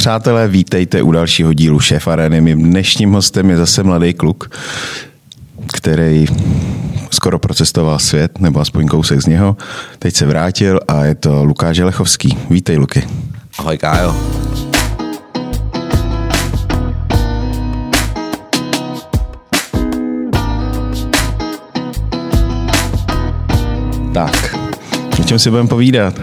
Přátelé, vítejte u dalšího dílu Šéf Arény. Mým dnešním hostem je zase mladý kluk, který skoro procestoval svět, nebo aspoň kousek z něho. Teď se vrátil a je to Lukáš Jelechovský. Vítej, Luky. Ahoj, Kájo. Tak, o čem si budeme povídat?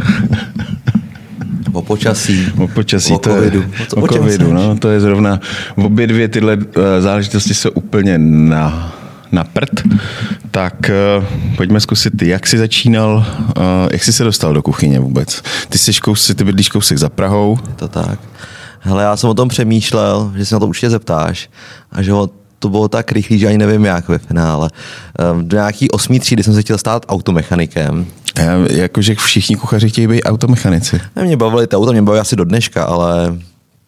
O počasí. O počasí, o covidu. O covidu, no, to je zrovna, obě dvě tyhle záležitosti jsou úplně na prd. Tak pojďme zkusit, jak jsi začínal, jak jsi se dostal do kuchyně vůbec? Ty bydlíš kousek za Prahou. To tak. Hele, já jsem o tom přemýšlel, že se na to určitě zeptáš a že to bylo tak rychlý, že ani nevím jak ve finále. Do nějaký 8. třídy jsem se chtěl stát automechanikem. Jakože všichni kuchaři chtějí být automechanici. Mě bavili ty auta, mě baví asi do dneška, ale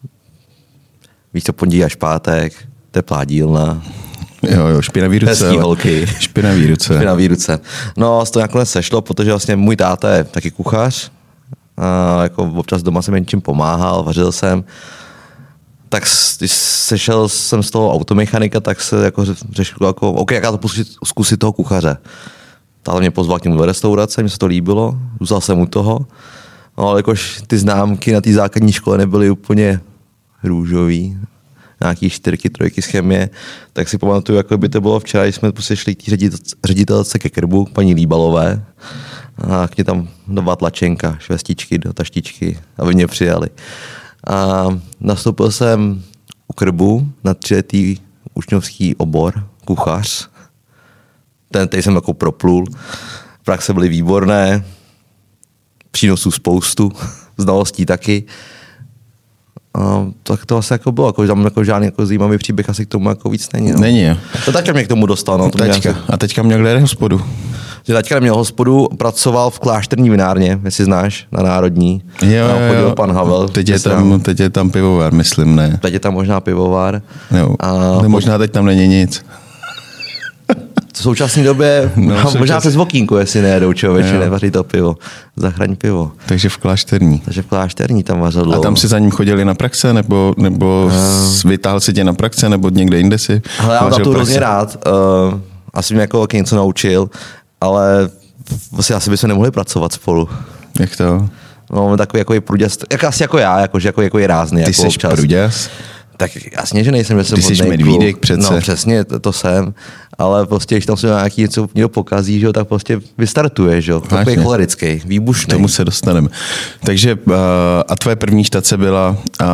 víš co, pondělí až pátek, teplá dílna. Jo, špinavý ruce. Hezký holky. Špinavý ruce. No, z toho nakonec sešlo, protože vlastně můj táta je taky kuchař. A jako občas doma jsem něčím pomáhal, vařil jsem. Tak když sešel jsem z toho automechanika, tak se jako řešil, jako, OK, jak já to zkusit toho kuchaře. Táta mě pozval k němu do restaurace, mně se to líbilo, zůstal jsem u toho. No, ale jakož ty známky na té základní škole nebyly úplně růžový, nějaký 4, 3 z chemie, tak si pamatuju, jako by to bylo včera, když jsme prostě šli k ředitelce ke krbu, k paní Líbalové, a k ní tam 2 tlačenka, švestičky do taštičky, aby mě přijali. A nastoupil jsem u krbu na 3letý učňovský obor, kuchař. Ten jsem jako proplul. Praxe byly výborné, přínosů spoustu, znalostí taky. A tak to asi jako bylo, jako, tam jako žádný jako zajímavý příběh asi k tomu jako víc není. No. Není, jo. To taťka mě k tomu dostal. No, A teďka měl kde hospodu? Taťka měl hospodu, pracoval v klášterní vinárně, jestli znáš, na Národní. Jo. Pan Havel. Teď je tam pivovar, myslím, ne? Teď je tam možná pivovar. Jo. Možná teď tam není nic. V současné době, možná přes okýnku, jestli nejedou člověče, nevaří to pivo. Zachraň pivo. Takže v klášterní. Tam vařil dlouho. A tam si za ním chodili na praxe, nebo vytáhl si tě na praxe, nebo někde jinde si? Hele, já mám tu hrozně rád. Asi mě jako něco naučil, ale vlastně asi bychom nemohli pracovat spolu. Jak to? No, takový jako je pruděs, asi jako já, jako je rázný. Ty jako jsi pruděs? Tak jasně, že nejsem, že jsem ty jsi medvídek přece. No přesně, to jsem, ale prostě, když tam se nějaký něco někdo pokazí, že, tak prostě vystartuje, že? Takový cholerický, výbušný. Tomu se dostaneme. Takže a tvoje první štace byla,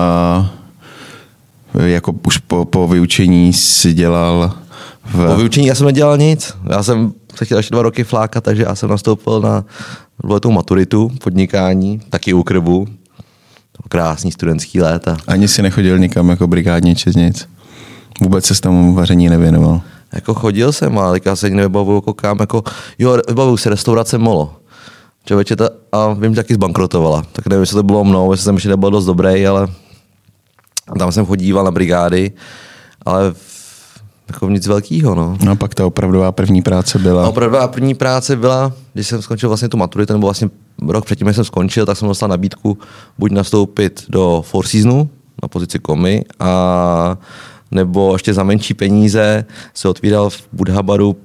jako už po vyučení si dělal Po vyučení já jsem nedělal nic. Já jsem se chtěl ještě 2 roky flákat, takže já jsem nastoupil na dvouletou maturitu, podnikání, taky u krbu. Krásný studentský léta. Ani si nechodil nikam jako brigádnič či nic? Vůbec se s tomu vaření nevěnoval? Jako chodil jsem, ale já se nevybavuju jako kam, jako, vybavuju se restaurace Molo. Člověče, a vím, že taky zbankrotovala. Tak nevím, jestli to bylo mnou, jestli jsem ještě nebyl dost dobrý, ale tam jsem chodíval na brigády, ale jako nic velkýho, no. No a pak ta opravdová první práce byla? Opravdová první práce byla, když jsem skončil vlastně tu maturitu, nebo vlastně rok předtím, než jsem skončil, tak jsem dostal nabídku buď nastoupit do Four Seasonu na pozici komy, a nebo ještě za menší peníze se otvíral v Budhabaru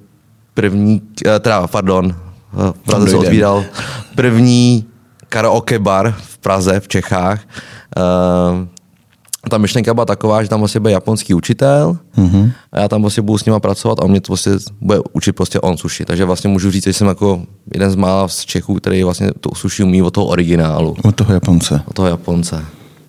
v Praze se otvíral první karaoke bar v Praze, v Čechách. Ta myšlenka byla taková, že tam vlastně bude japonský učitel a já tam vlastně budu s nima pracovat a on mě to vlastně bude učit prostě on sushi. Takže vlastně můžu říct, že jsem jako jeden z mála z Čechů, který vlastně to sushi umí od toho originálu. Od toho Japonce.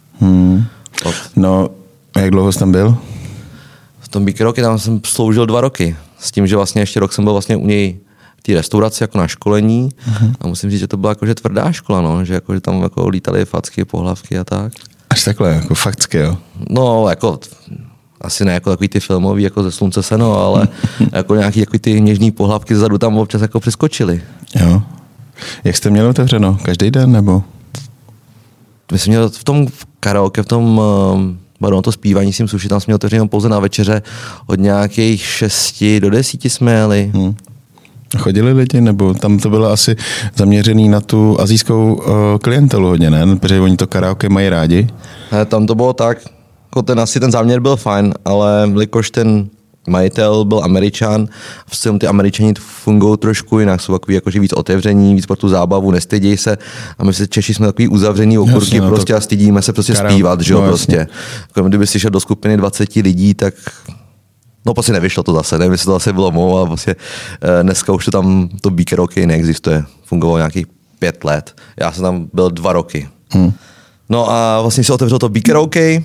No, a jak dlouho jsi tam byl? V tom Bikeroky tam jsem sloužil 2 roky. S tím, že vlastně ještě rok jsem byl vlastně u něj v té restauraci jako na školení a musím říct, že to byla jakože tvrdá škola, no, že jako, že tam jako lítaly facky, pohlavky a tak. Až takhle, jako facky, jo? No, jako asi ne jako takový ty filmový, jako ze Slunce seno, ale jako nějaký jako ty něžný pohlavky zezadu tam občas jako přeskočily. Jo. Jak jste měli otevřeno? Každý den, nebo? My jsme měli v tom karaoke, v tom to zpívání s tím sushi, tam jsme měli otevřeno pouze na večeře od nějakých 6 do 10 jsme jeli. Chodili lidi, nebo tam to bylo asi zaměřený na tu asijskou klientelu hodně, ne? Protože oni to karaoke mají rádi. Tam to bylo tak, jako ten záměr byl fajn, ale jelikož ten majitel byl Američan, vlastně ty Američani fungují trošku jinak, jsou takový jakože víc otevření, víc pro tu zábavu, nestydějí se a my se Češi jsme takový uzavřený okurky prostě a stydíme se prostě zpívat, že jo, prostě. Jako, kdyby si šel do skupiny 20 lidí, tak no prostě nevyšlo to zase, nevím, jestli to zase bylo mou, ale prostě dneska už to tam, to B-karaoke neexistuje, fungovalo nějakých 5 let, já jsem tam byl 2 roky. No a vlastně se otevřelo to B-karaoke,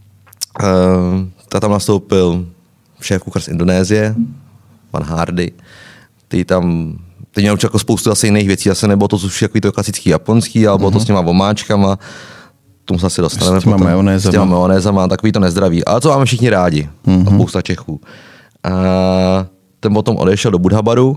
tam nastoupil šéf kuchař z Indonésie, pan Hardy, ty měl jako spoustu zase jiných věcí, zase nebylo to sushi jako to klasický japonský, ale bylo to s těma vomáčkama, tomu se asi dostaneme. S těma majonézama, takový to nezdraví, ale co máme všichni rádi, a spousta Čechů. A ten potom odešel do Budhabaru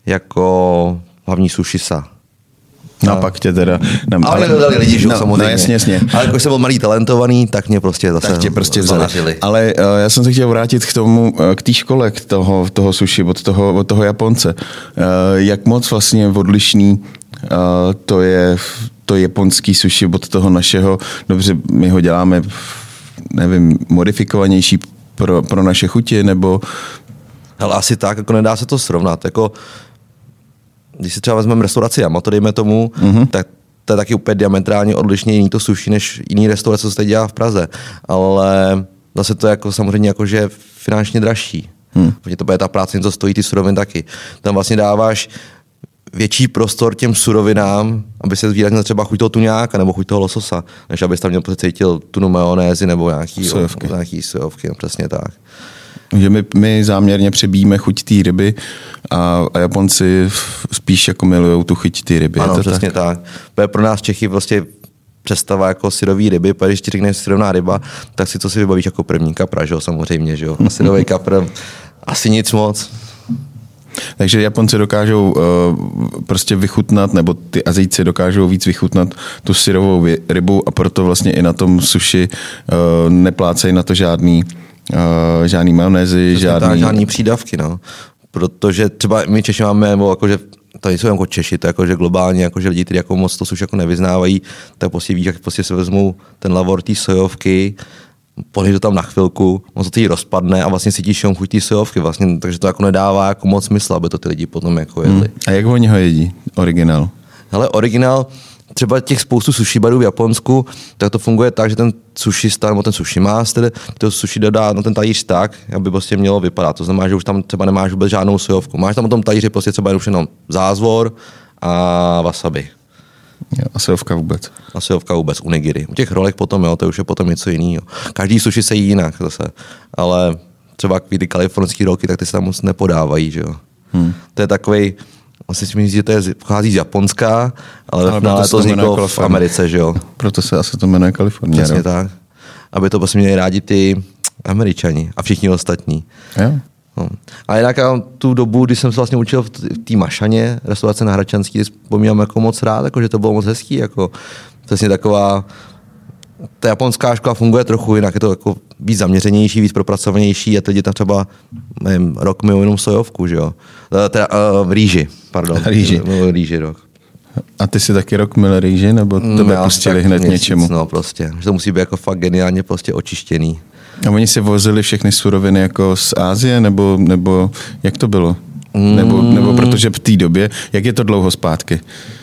jako hlavní sushisa. No a pak tě teda... Ale dodali lidi, že samozřejmě. No, jasně. Ale když jsem byl malý talentovaný, tak mě prostě zase tak tě prostě vzali. Ale já jsem se chtěl vrátit k té škole, k toho sushi, od toho Japonce. Jak moc vlastně odlišný to je to japonský sushi od toho našeho, dobře, my ho děláme, nevím, modifikovanější pro naše chutě, nebo... Hele, asi tak, jako nedá se to srovnat, jako když si třeba vezmeme restauraci Yamato, dejme tomu, tak to je taky úplně diametrálně odlišně jiný to sushi, než jiný restaurace, co se teď dělá v Praze. Ale zase to je jako samozřejmě jakože finančně dražší. Protože to bude ta práce, něco stojí ty suroviny taky. Tam vlastně dáváš větší prostor těm surovinám, aby se zvýraznil třeba chuť toho tuňáka nebo chuť toho lososa, než abys tam měl cítil tunu majonézy nebo nějaký sojovky, no, přesně tak. Že my záměrně přebíjíme chuť té ryby a Japonci spíš jako milujou tu chuť té ryby. Ano, přesně tak. Pro nás Čechy prostě představa jako syrový ryby, protože když ti řekneš syrovná ryba, tak si to si vybavíš jako první kapra, že jo, samozřejmě, že jo. A syrový kapr asi nic moc. Takže Japonci dokážou prostě vychutnat, nebo ty Asijci dokážou víc vychutnat tu syrovou rybu a proto vlastně i na tom sushi neplácejí na to žádný majonézy, žádný přídavky, no. Protože třeba my Češi máme, nebo jakože, to nejsou jako Češi, to je jakože globálně, jakože lidi, kteří jako moc to sushi jako nevyznávají, tak prostě víš, jak prostě se vezmou ten lavor té sojovky, pohlíš to tam na chvilku, on se to rozpadne a vlastně cítíš jenom chuť té sojovky, vlastně, takže to jako nedává jako moc smysl, aby to ty lidi potom jako jedli. A jak oni ho jedí? Originál? Hele, originál, třeba těch spoustu sushi barů v Japonsku, tak to funguje tak, že ten sushista nebo ten sushi master to sushi dodá na ten talíř tak, aby prostě mělo vypadat. To znamená, že už tam třeba nemáš vůbec žádnou sojovku. Máš tam o tom talíři prostě třeba jenom zázvor a wasabi. A sojovka vůbec. A sojovka vůbec, u nigiri. U těch rolek potom, jo, to už je potom něco jiného. Každý sushi se jí jinak zase, ale třeba ty kalifornský rolky, tak ty se tam moc nepodávají, že jo. To je takovej, vlastně si myslím, že to pochází z Japonska, ale ve finále to vzniklo v Americe, že jo. Proto se asi to jmenuje Kalifornie. Přesně tak. Aby to prostě měli rádi ty Američani a všichni ostatní. Jo. No. A jinak tu dobu, kdy jsem se vlastně učil v té Mašaně, restaurace na Hradčanský, vzpomínám jako moc rád, jako, že to bylo moc hezký. Jako, přesně taková, ta japonská škola funguje trochu jinak, je to jako víc zaměřenější, víc propracovanější a teď je tam třeba, nevím, rok mimo jenom sojovku, že jo. Teda rýži, pardon. Rýži rok. A ty si taky rok mil rýži, nebo tebe pustili hned měsíc, něčemu? No prostě, že to musí být jako fakt geniálně prostě očištěný. A oni si vozili všechny suroviny jako z Asie, nebo jak to bylo? Nebo protože v té době, jak je to dlouho zpátky?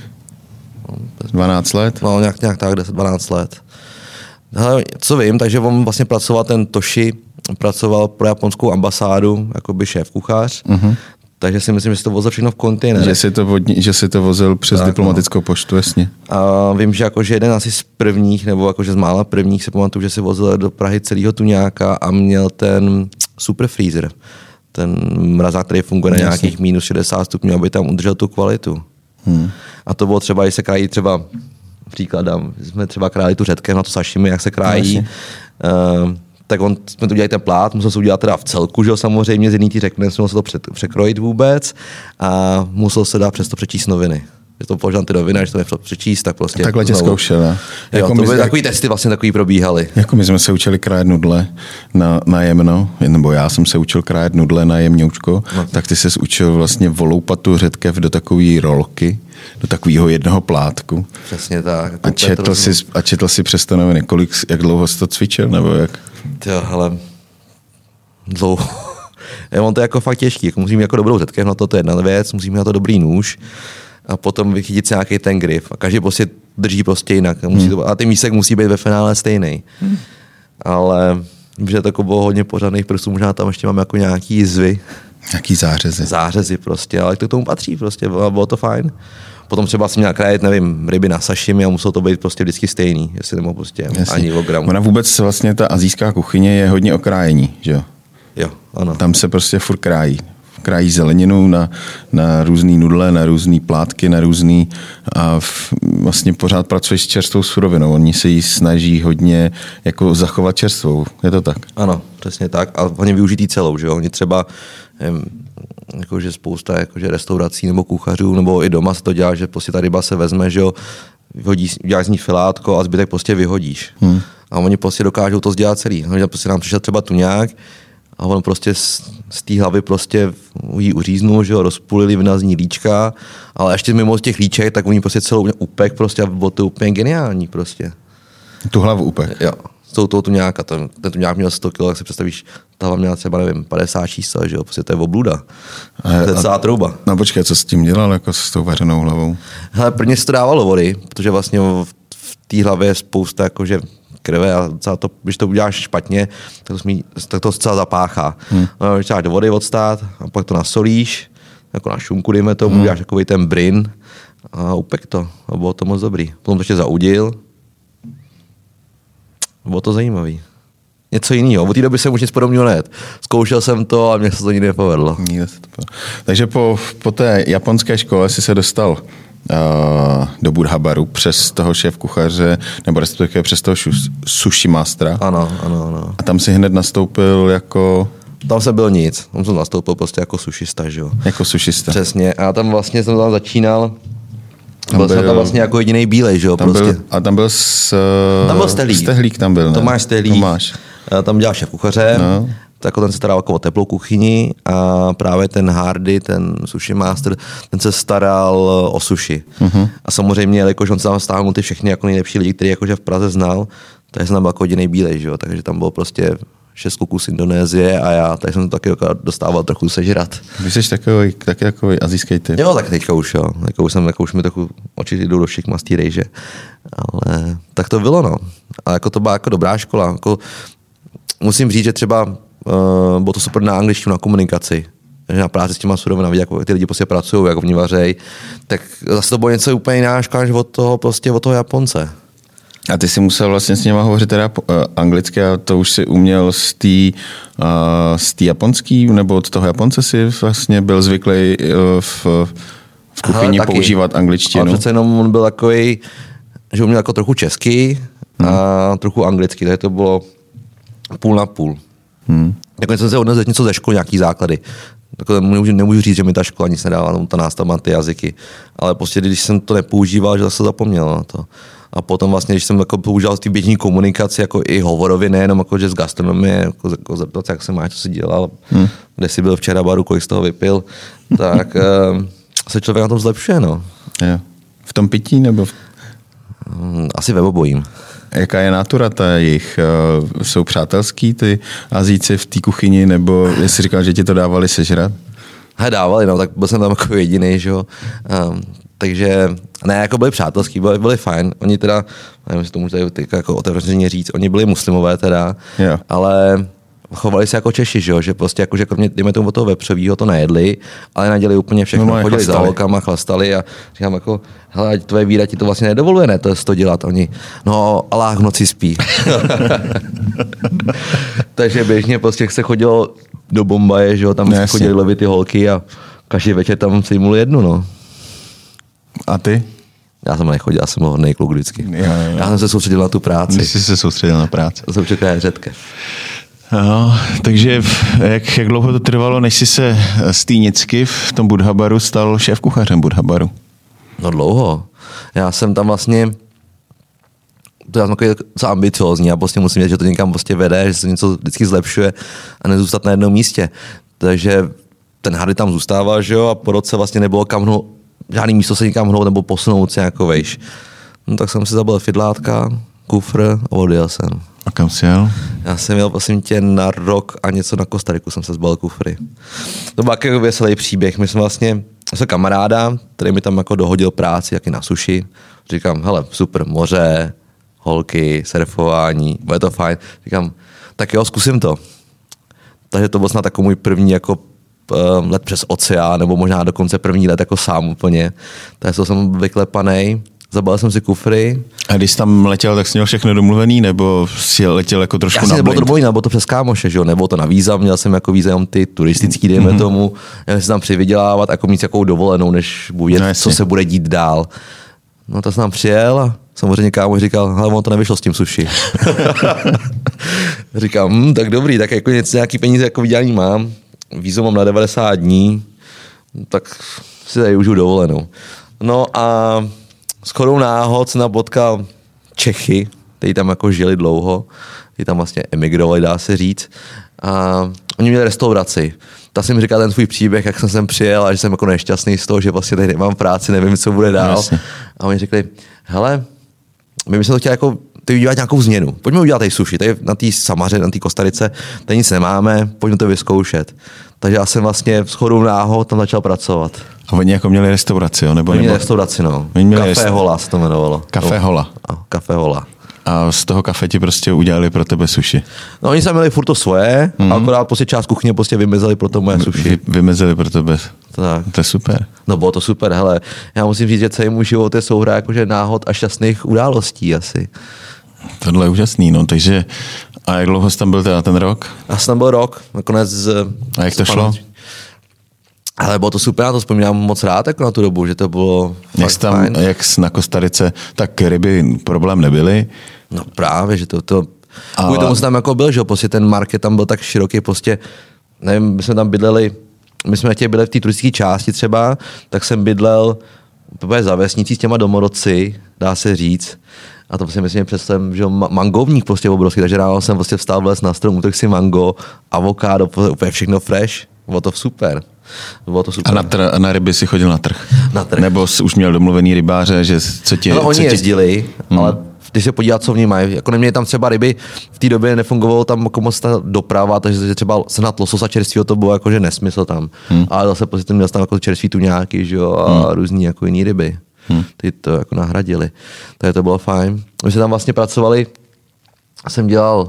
12 let? No nějak tak, 12 let. Hele, co vím, takže on vlastně pracoval, ten Toshi, pracoval pro japonskou ambasádu, jakoby šéf kuchař, takže si myslím, že si to vozil všechno v kontejnerech. Že si to vozil přes tak, diplomatickou poštu, jasně. A vím, že jakože jeden asi z prvních, nebo jakože z mála prvních, si pamatuju, že si vozil do Prahy celého tuňáka a měl ten super freezer. Ten mrazák, který funguje na nějakých minus 60 stupňů, aby tam udržel tu kvalitu. A to bylo třeba, když se krájí třeba, příkladem, jsme třeba krájeli tu řetkev na to sashimi, jak se krájí, tak jsme to udělali ten plát, musel se udělat teda v celku, že jo, samozřejmě z jedný tí řekne, musel se to překrojit vůbec a musel se dát přesto přečíst noviny. že to požádám ty noviny, že to nechtěl přečíst, tak prostě... Takhle tě zkoušel, ne? Jo, to byly takový testy vlastně takový probíhaly. Jako my jsme se učili krájet nudle na jemno, nebo já jsem se učil krájet nudle na jemňoučko, tak ty ses učil vlastně voloupat tu řetkev do takové rolky, do takového jednoho plátku. Přesně tak. A četl si přes to noviny. Jak dlouho jsi to cvičil, nebo jak? Jo, hele, dlouho. On to je jako fakt těžký, jako musím mít jako dobrou řetkev, na to je jedna věc, musím mít na to dobrý nůž a potom vychytit si nějaký ten grip. A každý prostě drží prostě jinak. A ten mísek musí být ve finále stejný. Ale vím, že to bylo hodně pořádných prstů, možná tam ještě mám jako nějaký jizvy. Nějaký zářezy. Zářezy prostě, ale to k tomu patří prostě, bylo to fajn. Potom třeba jsem měl krájet, nevím, ryby na sashimi a muselo to být prostě vždycky stejný, jestli nemohl prostě ani o gramu. Ona vůbec vlastně ta asijská kuchyně je hodně o krájení, že jo? Jo, ano. Tam se prostě furt krájí. Krájí zeleninu na různý nudle, na různý plátky, na různý a vlastně pořád pracuješ s čerstvou surovinou. Oni se jí snaží hodně jako zachovat čerstvou. Je to tak? Ano, přesně tak. A oni využití celou, že jo? Oni třeba jakože spousta jakože restaurací nebo kuchařů, nebo i doma se to dělá, že prostě ta ryba se vezme, že jo, děláš z ní filátko a zbytek prostě vyhodíš. A oni prostě dokážou to dělat celý. Prostě nám přišel třeba tuňák a on prostě z té hlavy prostě ji uříznul, že jo, rozpulili v ní líčka, ale ještě mimo těch líček, tak oni prostě celou upek prostě a bylo to úplně geniální prostě. Tu hlavu upek? Jo. Jsou toho tuňáka, ten tuňák měl 100 kg, tak si představíš, ta hlava měla třeba, nevím, 50 čísla, že jo, prostě to je obluda. To je celá trouba. No počkej, co s tím dělal, jako s tou vařenou hlavou? Hele, prvně se to dávalo vody, protože vlastně v té hlavě je spousta jakože krve a to, když to uděláš špatně, tak to zcela zapáchá. Když dáš do vody odstát a pak to nasolíš, jako na šunku, dejme tomu, uděláš takový ten brin a upek to. A bylo to moc dobrý. Potom to ještě zaudil. Bylo to zajímavý. Něco jiného. Od té doby jsem už nic podobného nejet. Zkoušel jsem to a mně se to nikdy nepovedlo. Takže po té japonské škole jsi se dostal do Budhabaru přes toho šéf kuchaře, nebo respektive přes toho sushi mastera. Ano. A tam si hned nastoupil jako... Tam jsem byl nic. Tam jsem nastoupil prostě jako sushista, že jo. Jako sushista. Přesně. A tam vlastně jsem tam začínal. Byl jsem tam vlastně jako jedinej bílej, že jo, prostě. Tam byl Stehlík tam byl, ne? Tomáš Stehlík. Tam dělal šéf kuchaře. No. Tak ten se staral jako o teplou kuchyni a právě ten Hardy, ten sushi master, ten se staral o sushi. A samozřejmě, jakož on se tam stáhnul ty všechny jako nejlepší lidi, který jakože v Praze znal, takže jsem tam byl jako jedinej bílej, že jo, takže tam bylo prostě 6 kluků z Indonésie a já, takže jsem to taky dostával trochu sežrat. Vy jsi takový asijský typ. Jo, tak teďka už jo. Už mi trochu oči jdou do všech mastí rejže. Ale tak to bylo, no. A jako to byla jako dobrá škola. Jako, musím říct, že třeba bylo to super na angličtinu, na komunikaci. Že na práci s těma surovinami, jak ty lidi prostě pracují, jak oni vařejí. Tak zase to bylo něco úplně jiná škola, než od toho Japonce. A ty jsi musel vlastně s něma hovořit teda anglicky a to už si uměl z té japonský, nebo od toho Japonce si vlastně byl zvyklý v kuchyni používat angličtinu? Ale přece jenom on byl takový, že uměl jako trochu česky a trochu anglicky, takže to bylo půl na půl. Jako jsem se odnesl něco ze školy, nějaký základy. Tak nemůžu říct, že mi ta škola nic nedala, ta nástavba ty jazyky, ale prostě když jsem to nepoužíval, že zase zapomněl na to. A potom vlastně, když jsem jako používal ty běžní komunikaci, jako i hovorově, nejenom jako že z gastronomie, jako zeptat se, jak se máš, co jsi dělal, kde jsi byl včera baru, kolik z toho vypil, tak se člověk na tom zlepšuje, no. Jo. V tom pití nebo? Asi ve obojím. Jaká je natura ta jejich? Jsou přátelský ty Asíci v té kuchyni, nebo jsi říkal, že ti to dávali sežrat? Dávali, no, tak byl jsem tam jako jedinej, že jo. Takže ne, jako byli přátelský, byli fajn. Oni teda, nevím, jestli to můžu tady jako otevřeně říct, oni byli muslimové teda, ale chovali se jako Češi, že prostě jako, že kromě, dejme tomu od toho vepřovýho to nejedli, ale nadělali úplně všechno, chodili za holkama, chlastali a říkám jako, hele, tvoje víra ti to vlastně nedovoluje, ne, to dělat. Oni, no, Allah v noci spí. Takže běžně prostě se chodilo do Bombaje, že jo, tam chodili lovit ty holky a každý večer tam si jimul jednu, no. A ty? Já jsem nechodil, já jsem hodnej kluk vždycky. Já jsem se soustředil na tu práci. Ty jsi se soustředil na práci. To jsem čekal řetkev. No, takže jak dlouho to trvalo, než jsi se z té Nicky v tom Budhabaru stal šéf kuchařem Budhabaru? No dlouho. Já jsem tam vlastně, to já jsem takový docela ambiciózní, já prostě musím vědět, že to někam prostě vede, že se něco vždycky zlepšuje a nezůstat na jednom místě. Takže ten Hardy tam zůstával, že jo, a po roce vlastně nebylo kam hnout, žádný místo se nikam hnout nebo posunout se jako vejš. No tak jsem si zabil fidlátka, kufr a odjel jsem. A kam jsi jel? Já jsem jel prosím tě na rok a něco na Kostariku jsem se zbalil kufry. To byl takový veselý příběh. My jsme vlastně se kamaráda, který mi tam jako dohodil práci, jak i na suši. Říkám, hele, super, moře, holky, surfování, bude to fajn. Říkám, tak jo, zkusím to. Takže to byl snad jako můj první jako let přes oceán, nebo možná dokonce první let jako sám úplně. Takže jsem vyklepanej. Zabalil jsem si kufry. A když jsi tam letěl, tak jsi měl všechno domluvený, nebo jsi letěl jako trošku na blind? Nebylo to domluvený, bylo to přes kámoše, že jo? Nebylo to na víza, měl jsem jako víza jenom ty turistický, dejme tomu. Měl jsem tam přivydělávat, jako mít jakou dovolenou, než bude, co se bude dít dál. No to jsem tam přijel a samozřejmě kámoš říkal, hele, on to nevyšlo s tím suši. Říkám, tak dobrý, tak jako nějaký peníze jako vydělání mám, vízo mám na 90 dní, tak si tady užiju dovolenou. No a shodou náhod jsem potkal Čechy, kteří tam jako žili dlouho, kteří tam vlastně emigrovali, dá se říct. A oni měli restauraci. Ta jsem mi říkal ten svůj příběh, jak jsem sem přijel a že jsem jako nešťastný z toho, že vlastně tady nemám práci, nevím, co bude dál. Jasně. A oni řekli, hele, my bychom to chtěli jako udělat nějakou změnu. Pojďme udělat tady sushi, tady na té Samaře, na té Kostarice, tady nic nemáme, pojďme to vyzkoušet. Takže já jsem vlastně shodou náhod tam začal pracovat. A oni jako měli restauraci, jo? Oni měli restauraci, no. Café Hola se to jmenovalo. Café Hola. Café Hola. A z toho kafe ti prostě udělali pro tebe sushi. No oni sami měli furt to svoje, akorát prostě část kuchyně prostě vymezili pro to moje sushi. Vymezili pro tebe. Tak. To je super. No bylo to super, hele. Já musím říct, že celý můj život je souhra jakože náhod a šťastných událostí asi. Tohle je úžasný, no, takže a jak dlouho jsi tam byl teda ten rok? Já jsem tam byl rok, nakonec. A jak to šlo? Ale bylo to super, já to vzpomínám moc rád jako na tu dobu, že to bylo fakt fajn. Jak na Kostarice, tak ryby problém nebyly? No právě, že to kvůli tomu jsem tam jako byl, že prostě ten market tam byl tak široký, prostě, nevím, my jsme tam bydleli, my jsme chtěli bydlet v té turistické části třeba, tak jsem bydlel za vesnicí s těma domorodci, dá se říct. A to prostě myslím, představím, že mangovník prostě obrovský, takže ráno jsem prostě vstal, vlez na strom, utek si mango, avokádo, úplně všechno fresh, bylo to super. A na ryby si chodil na trh? Na trh. Nebo jsi už měl domluvený rybáře, že co ti... No, oni jezdili, ale když se podívat, co v ní mají, jako neměli tam třeba ryby, v té době nefungovalo tam jako moc ta doprava, takže třeba sehnat lososa čerstvého, to bylo jako, že nesmysl tam. Ale zase prostě měl tam jako čerství tuňáky, že jo, a různý jako jiný ryby. Ty to jako nahradili. Takže to bylo fajn. My jsme tam vlastně pracovali, jsem dělal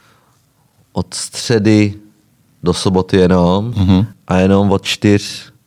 od středy do soboty jenom a jenom od 4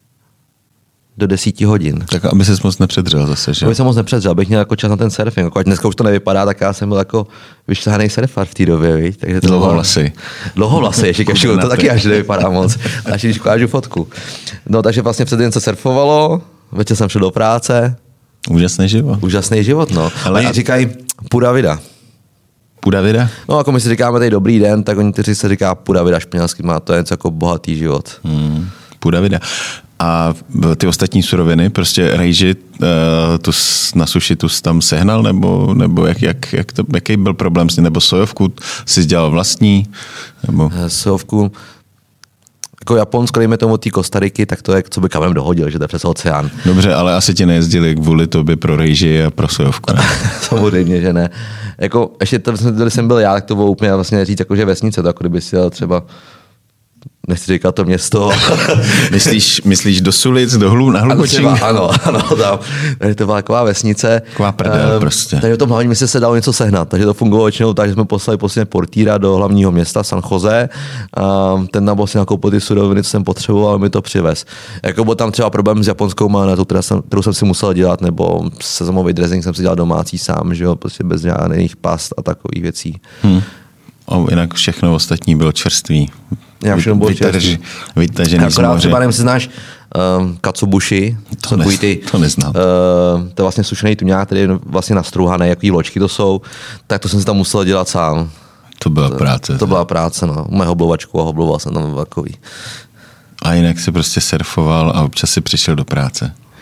do 10 hodin. Tak aby ses moc nepředřel zase, že? Aby se moc nepředřel, abych měl jako čas na ten surfing. Jako, ať dneska už to nevypadá, tak já jsem byl jako vyšlehaný surfar v té době, víš? Takže to Dlouhovlasy. Dlouhovlasy, ještě kešuju, to taky až nevypadá moc. Až když ukážu fotku. No takže vlastně před den se surfovalo, večer jsem šel do práce. Úžasný život. Úžasný život, no. Ale oni říkají pura vida. Pura vida? No, jako my si říkáme tady dobrý den, tak oni kteří se říká pura vida španělsky, má to je něco jako bohatý život. Pura vida. A ty ostatní suroviny, prostě rejži, tu na suši tu tam sehnal, nebo jaký byl problém s ní, nebo sojovku jsi dělal vlastní? Nebo... Sojovku, jako Japonsko, dejme tomu té Kostariky, tak to je, co by kamem dohodil, že to je přes oceán. Dobře, ale asi ti nejezdili kvůli tobě pro rejži a pro sojovku, ne? Samozřejmě, že ne. Jako, ještě to, když jsem byl já, tak to bylo úplně vlastně říct, jako, že vesnice, to jako kdyby si jel třeba, nechci říkat to město. myslíš do Sulic, na Hlubočín? Ano, tam. Takže to byla taková vesnice. Taková prdel prostě. Takže v tom hlavním městě se dalo něco sehnat. Takže to fungovalo většinou tak, že jsme poslali prostě portýra do hlavního města San Jose. A ten nám vlastně nakoupil ty suroviny, co jsem potřeboval, a mi to přivez. Jako byl tam třeba problém s japonskou majonézou, kterou jsem si musel dělat, nebo sezamový dressing jsem si dělal domácí sám, že jo, prostě bez žádných past a takových věcí. A jinak všechno ostatní bylo čerství. Já všechno bylo čerství. Vytažený z moře. Třeba nevím, si znáš katsubushi. To neznám. To je vlastně sušený tuňák, který je vlastně nastruhaný, jaký ločky to jsou. Tak to jsem si tam musel dělat sám. To byla práce. To byla práce, no. Moje hoblovačku a hobloval jsem tam takový. A jinak si prostě surfoval a občas si přišel do práce.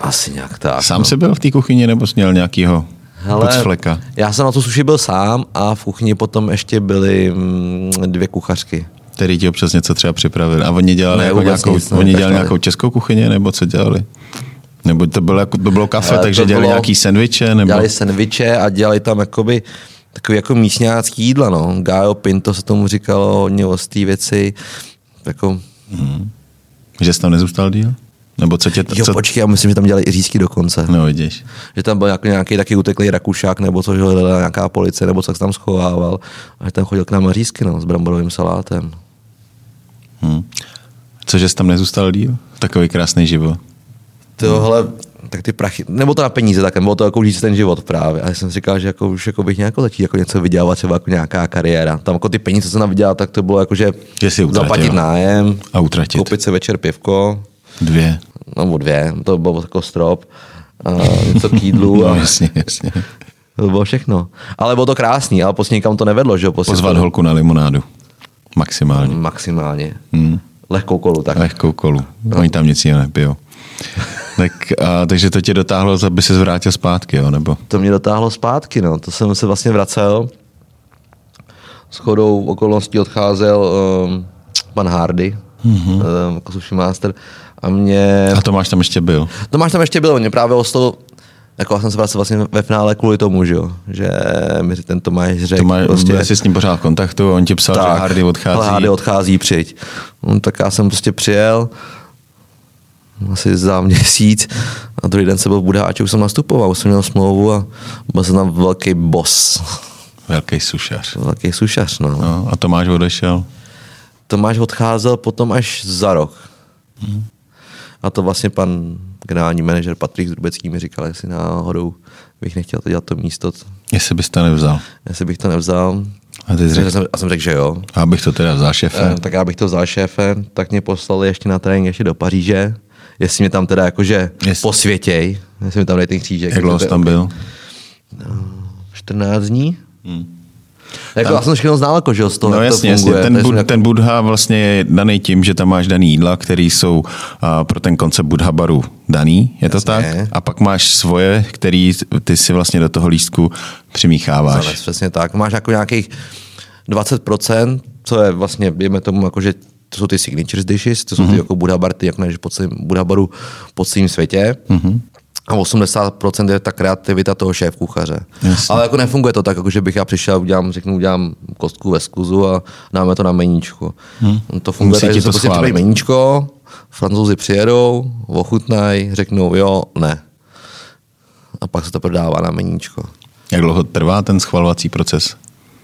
Asi nějak tak. Sám jsi byl v té kuchyni nebo jsi měl nějakýho podfleka? Já jsem na tu suši byl sám a v kuchyni potom ještě byly 2 kuchařky. Který ti občas něco třeba připravili. A oni dělali, nějakou českou kuchyni, nebo co dělali? Nebo to bylo kafe, takže dělali nějaký sendviče? Nebo... Dělali sendviče a dělali tam jakoby takový jako místňácký jídla, no. Gallo pinto se tomu říkalo, hodně ostrý věci. Jako... Že jsi tam nezůstal díl? Nebo co tě... Počkej, já myslím, že tam dělali i řízky dokonce. No vidíš. Že tam byl nějaký taky uteklý Rakušák, nebo co, že hledala nějaká policie, nebo co se tam schovával. A že tam chodil k nám na řízky, no, s bramborovým salátem. Cože jsi tam nezůstal díl? Takový krásný život. Tohle, tak ty prachy, nebo to na peníze, tak bylo to jako žít ten život právě. A já jsem si říkal, že jako, už jako bych nějak začít jako něco vydělávat, třeba jako nějaká kariéra. Tam jako ty peníze, co jsem tam vydělal, tak to bylo jako, že zaplatit nájem, a utratit. koupit si večer pivko. 2. Nebo 2, to bylo jako strop. A něco k jídlu. No jasně. To bylo všechno. Ale bylo to krásný, ale prostě nikam to nevedlo. Že? Pozvat holku na limonádu. Maximálně. Lehkou kolu. Tak. Lehkou kolu. Oni tam nic jiného nepijou. Takže to tě dotáhlo, aby se vrátil zpátky, jo? Nebo? To mě dotáhlo zpátky, no. To jsem se vlastně vracel. Shodou okolností odcházel pan Hardy, jako sushi master. A Tomáš tam ještě byl? Tomáš tam ještě byl, mě právě oslovil, jako jsem se vracel vlastně ve finále kvůli tomu, že mi ten Tomáš řekl. Byl jsi s ním pořád v kontaktu, on ti psal, tak, že Hardy odchází. Hardy odchází, přijď. Tak já jsem prostě přijel, asi za měsíc a druhý den se byl v Budáči, už jsem nastupoval, už jsem měl smlouvu a byl jsem tam velký boss. Velký sušař. Velký sušař, no. A Tomáš odešel? Tomáš odcházel potom až za rok. A to vlastně pan generální manažer Patrik Zdrubecký mi říkal, jestli náhodou bych nechtěl to dělat to místo. Jestli bys to nevzal? Jestli bych to nevzal. A jsem řekl, že jo. A abych to teda vzal šéfem? Tak já bych to vzal šéfem, tak mě poslali ještě na trénink ještě do Paříže. Jestli mě tam teda jakože posvětěj, jestli mi tam dej ten křížek. Jak dlouho jsi tam byl? 14 dní. Jako já jsem všechno znal, jako, že z toho, no jasně, ten Budha vlastně je daný tím, že tam máš daný jídla, které jsou pro ten koncept Budha baru daný, je to tak? A pak máš svoje, který ty si vlastně do toho lístku přimícháváš. Přesně tak. Máš jako nějakých 20%, co je vlastně, dejme tomu, jako, že to jsou ty signature dishes, to jsou ty jako Budha bar, ty jako než Budha baru po celém světě. A 80% je ta kreativita toho šéf kuchaře. Ale jako nefunguje to tak, jako že bych já přišel, udělám kostku ve skluzu a dáme to na meníčko. To funguje tak, že se prostě připraví meníčko, Francouzi přijedou, ochutnají, řeknou jo, ne. A pak se to prodává na meníčko. Jak dlouho trvá ten schvalovací proces?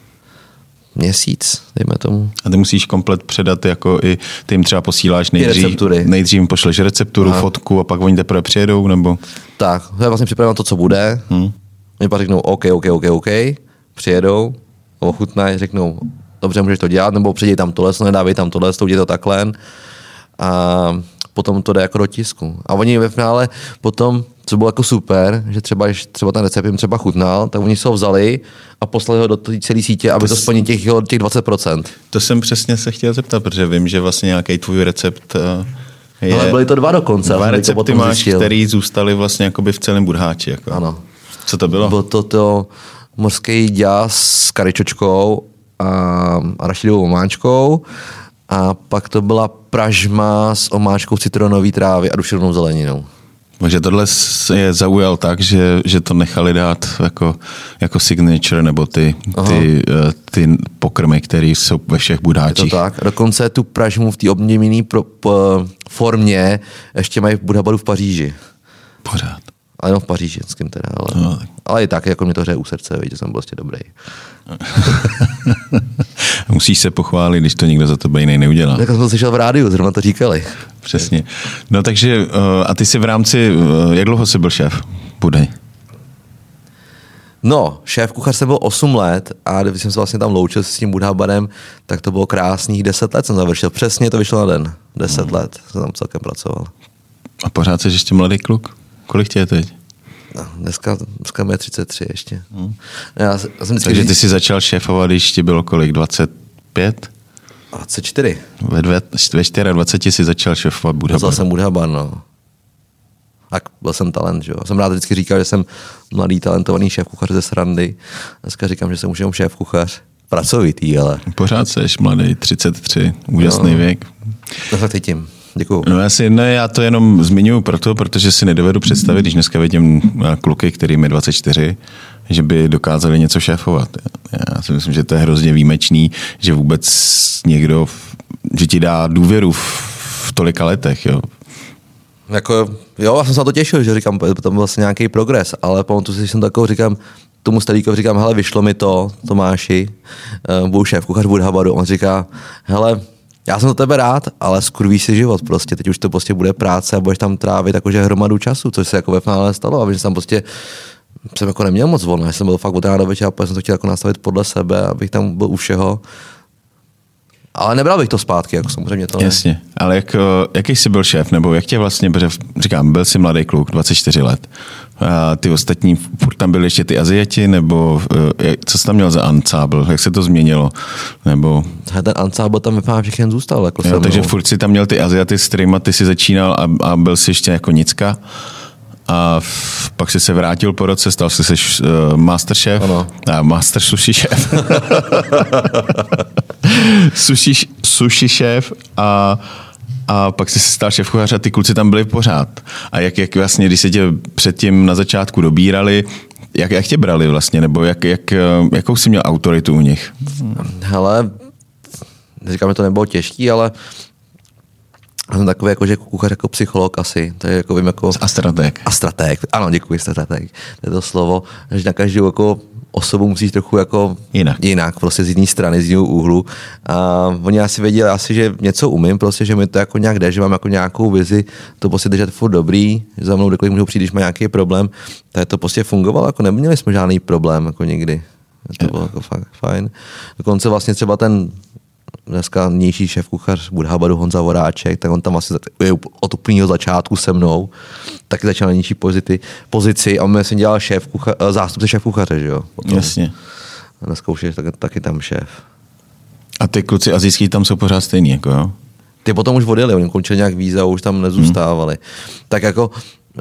Měsíc, dejme tomu. A ty musíš komplet předat, jako i ty jim třeba posíláš nejdřív jim pošleš recepturu, fotku a pak oni teprve přijedou, nebo? Tak, já vlastně připravím to, co bude. Oni pak řeknou OK, přijedou, ochutnají, řeknou, dobře, můžeš to dělat, nebo přijdej tam tohle, nedávej tam tohle, udělej to takhle. A potom to jde jako do tisku. A oni ve finále potom, co bylo jako super, že třeba ten recept jim třeba chutnal, tak oni se ho vzali a poslali ho do té celé sítě, aby to splnil těch 20%. To jsem přesně se chtěl zeptat, protože vím, že vlastně nějaký tvůj recept je... Ale byly to 2 dokonce. 2 recepty máš, který zůstaly vlastně jakoby v celém Budháči. Jako. Ano. Co to bylo? Byl to mořský děs s karičočkou a arašidovou omáčkou. A pak to byla pražma s omáčkou citronové trávy a duševnou zeleninou. Takže tohle je zaujal tak, že to nechali dát jako signature nebo ty pokrmy, které jsou ve všech Budháčích. Je to tak. Dokonce tu pražmu v té obměněné formě ještě mají v Budha baru v Paříži. Pořád. Ale jenom v pařížském teda. Ale i tak, jako mě to hřeje u srdce, že jsem byl prostě dobrý. Musíš se pochválit, když to nikdo za tebe jiný neudělá. Tak jsem to slyšel v rádiu, zrovna to říkali. Přesně. No takže, a ty jsi v rámci, jak dlouho jsi byl šéf Budy? No, šéf kuchař jsem byl 8 let a když jsem se vlastně tam loučil s tím Budha barem, tak to bylo krásných 10 let jsem završil. Přesně to vyšlo na den. 10 let jsem tam celkem pracoval. A pořád jsi ještě mladý kluk? Kolik tě je teď? No, dneska mě 33 ještě. Takže ty jsi začal šéfovat, když ti bylo kolik? 25? 24. Ve 24 jsi začal šéfovat Budha bar. Začal jsem Budha bar, no. A byl jsem talent, že jo. Jsem rád vždycky říkal, že jsem mladý talentovaný šéfkuchař ze srandy. Dneska říkám, že jsem už jenom šéfkuchař. Pracovitý, ale. Pořád seš mladý, 33, úžasný věk. To se cítím. Děkuju. No já to jenom zmiňuji protože si nedovedu představit, když dneska vidím kluky, kterým je 24, že by dokázali něco šéfovat. Já si myslím, že to je hrozně výjimečný, že vůbec někdo, že ti dá důvěru v tolika letech. Jo. Jako, jo, já jsem se na to těšil, že říkám, tam byl vlastně nějaký progres, ale pamatuju si, že jsem takovou říkám, tomu Stalíkovi říkám, hele, vyšlo mi to, Tomáši, budu šéfkuchař Budhabaru. On říká, hele, já jsem to tebe rád, ale skurví si život prostě, teď už to prostě bude práce a budeš tam trávit jakože hromadu času, což se jako ve finále stalo, a že jsem prostě jsem jako neměl moc volno, já jsem byl fakt od rána do večera, a jsem to chtěl jako nastavit podle sebe, abych tam byl u všeho. Ale nebral bych to zpátky, jako samozřejmě to. Jasně, ale jaký jsi byl šéf, nebo jak tě vlastně, říkám, byl jsi mladý kluk, 24 let. A ty ostatní, furt tam byli ještě ty Aziati, nebo co jsi tam měl za ansábl, jak se to změnilo? Nebo... Ten ansábl tam vypadá všechny zůstal. Jako jo, takže furt si tam měl ty Aziaty, s kterýma ty si začínal a byl jsi ještě jako nicka. A pak jsi se vrátil po roce, stal jsi masterchef, master sushi šéf. sushi šéf a pak jsi se stal šéfkuchař a ty kluci tam byli pořád. A jak vlastně, když se tě předtím na začátku dobírali, jak tě brali vlastně, nebo jakou jsi měl autoritu u nich? Hele, říkám, že to nebylo těžký, ale já jsem takový jako, že kuchař jako psycholog asi, to je jako vím jako... A strateg. A strateg, ano, děkuji, strateg. To je to slovo, že na každou jako osobu musíš trochu jako jinak prostě z jiné strany, z jiného úhlu. A oni asi věděli, že něco umím, prostě, že mi to jako nějak jde, že mám jako nějakou vizi, to prostě držet furt dobrý, že za mnou kdekoliv můžou přijít, když má nějaký problém, tak to prostě fungovalo, jako neměli jsme žádný problém jako nikdy. To bylo jako fakt fajn. Dokonce vlastně třeba ten dneska nynější šéfkuchař Budhabaru Honza Voráček, tak on tam asi od úplného začátku se mnou, taky začal na nižší pozici a on jsem dělal zástupce šéfkuchaře, že jo? Potom. Jasně. A dneska už je taky tam šéf. A ty kluci asijský tam jsou pořád stejný, jako jo? Ty potom už odjeli, oni končili nějak víza a už tam nezůstávali. Tak jako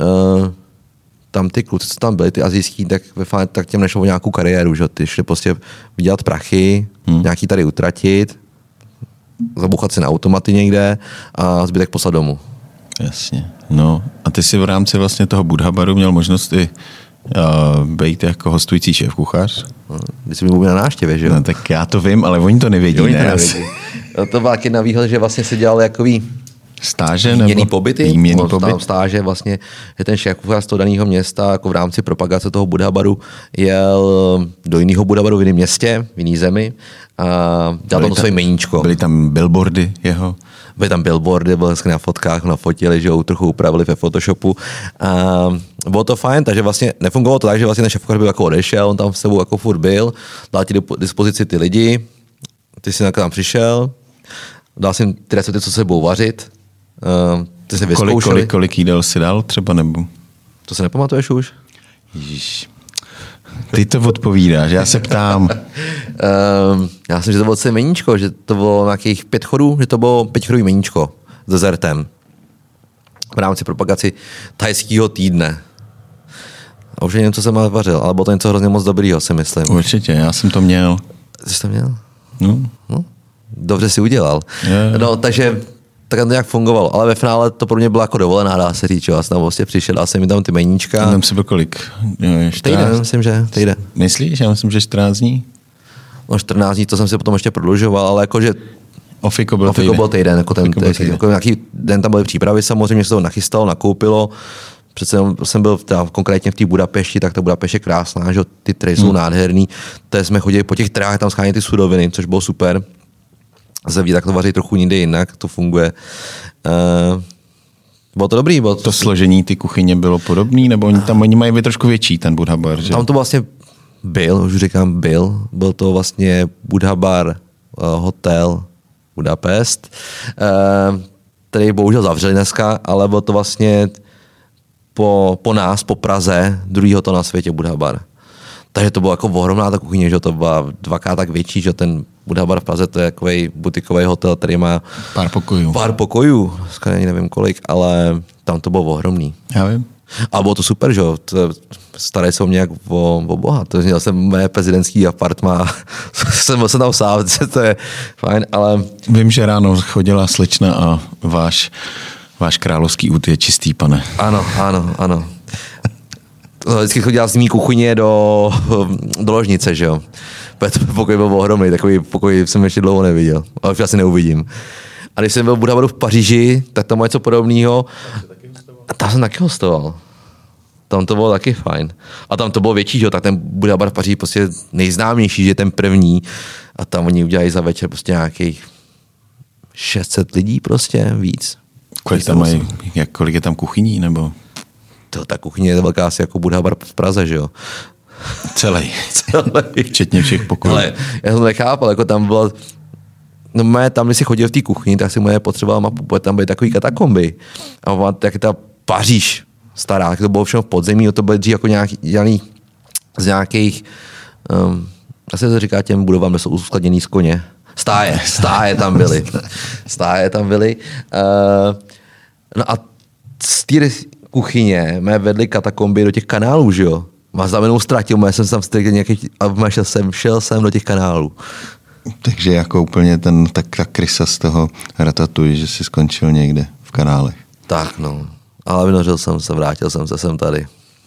tam ty kluci, co tam byli, ty asijský, tak těm nešlo o nějakou kariéru, že? Ty šli prostě vydělat prachy, nějaký tady utratit, zabuchat si na automaty někde a zbytek poslat domů. Jasně. No a ty si v rámci vlastně toho Budhabaru měl možnost i být jako hostující šéfkuchař. Když jsi byl na návštěvě, že jo? No, tak já to vím, ale oni to nevědí. Jo, ne? To byla taky na výhled, že vlastně se dělal jakový stáže výměnný pobyty. Výměný pobyt. Tam stáže vlastně, že ten šéfkuchař z toho daného města jako v rámci propagace toho Budhabaru jel do jiného Budhabaru v jiném městě, v jiné zemi a dělal to své jmeníčko. Byly tam billboardy jeho? Byly tam billboardy, byly na fotkách, nafotili, že ho trochu upravili ve Photoshopu. A bylo to fajn, takže vlastně nefungovalo to tak, že vlastně ten šéfkuchař byl jako odešel, on tam s sebou jako furt byl, dal ti do dispozici ty lidi, ty jsi tam přišel, dal jsem ty recepty, co se budou vařit, ty jsi vyzkoušeli. Kolik jídel si dal třeba, nebo? To se nepamatuješ už? Ježiš. Ty to odpovídáš, já se ptám. Já myslím, že to bylo celé meníčko, že to bylo nějakých 5 chodů, že to bylo 5chodový meníčko s dezertem v rámci propagaci thajského týdne. A už nevím, co jsem vařil, ale bylo to něco hrozně moc dobrýho, si myslím. Určitě, já jsem to měl. Ty jsi to měl? No. Dobře si udělal. Je. No, takže tak to nějak fungovalo, ale ve finále to pro mě byla jako dovolená, dá se říct, já jsem tam vlastně přišel, dal jsem mi tam ty meníčka. Tam si byl kolik? 14? Týden, myslím, že týden. Myslíš? Já myslím, že 14 dní. No 14 dní, to jsem si potom ještě prodlužoval, ale jakože Ofiko byl týden, jako nějaký den tam byly přípravy, samozřejmě se to nachystalo, nakoupilo. Přece jsem byl konkrétně v té Budapešti, tak ta Budapešť je krásná, že ty trhy jsou nádherný. Teď jsme chodili po těch trhách, tam scháněli ty suroviny, což bylo super. Zase vidět, tak to vaří trochu někde jinak, to funguje. Bylo to dobrý. To složení ty kuchyně bylo podobný, nebo oni mají trošku větší ten Budhabar, že? Tam to vlastně byl to vlastně Budhabar hotel Budapest, který bohužel zavřeli dneska, ale byl to vlastně po nás, po Praze, druhý hotel na světě Budhabar. Takže to byla jako ohromná ta kuchyně, že to byla 2x tak větší, že ten Budhabar v Praze to je takový butikový hotel, který má pár pokojů. Dneska nevím kolik, ale tam to bylo ohromný. Já vím. A bylo to super, že jo, staré se o mě jak o boha, to měl jsem mé prezidentský apartma, jsem se tam sám, to je fajn, ale... Vím, že ráno chodila slečna a váš královský út je čistý, pane. Ano. Vždycky chodila z mý kuchyně do ložnice, že jo. Pokoj byl ohromný, takový pokoj jsem ještě dlouho neviděl, ale už asi neuvidím. A když jsem byl v Budabaru v Paříži, tak tam má něco podobného. A tam jsem taky hostoval. Tam to bylo taky fajn. A tam to bylo větší, že? Tak ten Budabar v Paříži prostě nejznámější, že je ten první. A tam oni udělají za večer prostě nějakých 600 lidí prostě víc. Kolik je tam kuchyní, nebo? Ta kuchyně je velká asi jako Budabar v Praze, že jo? Celý. Včetně všech pokojů. Ale já jsem to nechápal, jako tam bylo... No tam, když si chodil v té kuchyni, tak si moje potřeboval mapu, protože tam byly takový katakomby. A tak je ta Paříž stará, to bylo všechno v podzemí, to bylo dřív jako dělaný z nějakých, asi to říká těm budovám, kde jsou uskladněný z koně. Stáje tam byly. No a z té kuchyně mé vedly katakomby do těch kanálů, že jo? Má znamenou ztratil, já jsem se tam ztratil nějaký, a šel jsem do těch kanálů. Takže jako úplně ta krysa z toho Ratatouille, že si skončil někde v kanálech. Tak no, ale vynořil jsem se, vrátil jsem tady.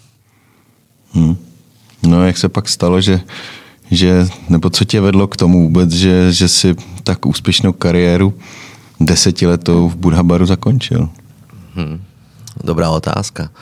No jak se pak stalo, že nebo co tě vedlo k tomu vůbec, že si tak úspěšnou kariéru 10letou v Budabaru zakončil? Dobrá otázka.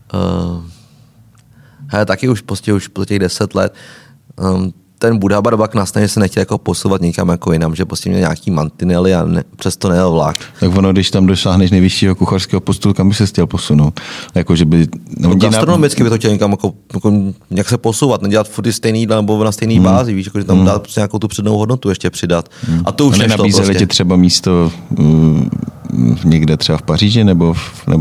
Taky už po těch 10 let ten Budabar vlak nastaně se nechtěl jako posouvat někam jako jinam, že prostě měl nějaký mantinely a přesto nejel vlak. Tak ono, když tam dosáhneš nejvyššího kuchařského postu, kam by se chtěl posunout? Jako, že by... Gastronomicky by to chtěl někam jako nějak se posouvat, nedělat furt stejný jídla nebo na stejný bázi, víš, jako, že tam dát prostě nějakou tu přednou hodnotu ještě přidat. A to už nešlo prostě. Nenabízeli ti třeba místo někde třeba v Paříži nebo...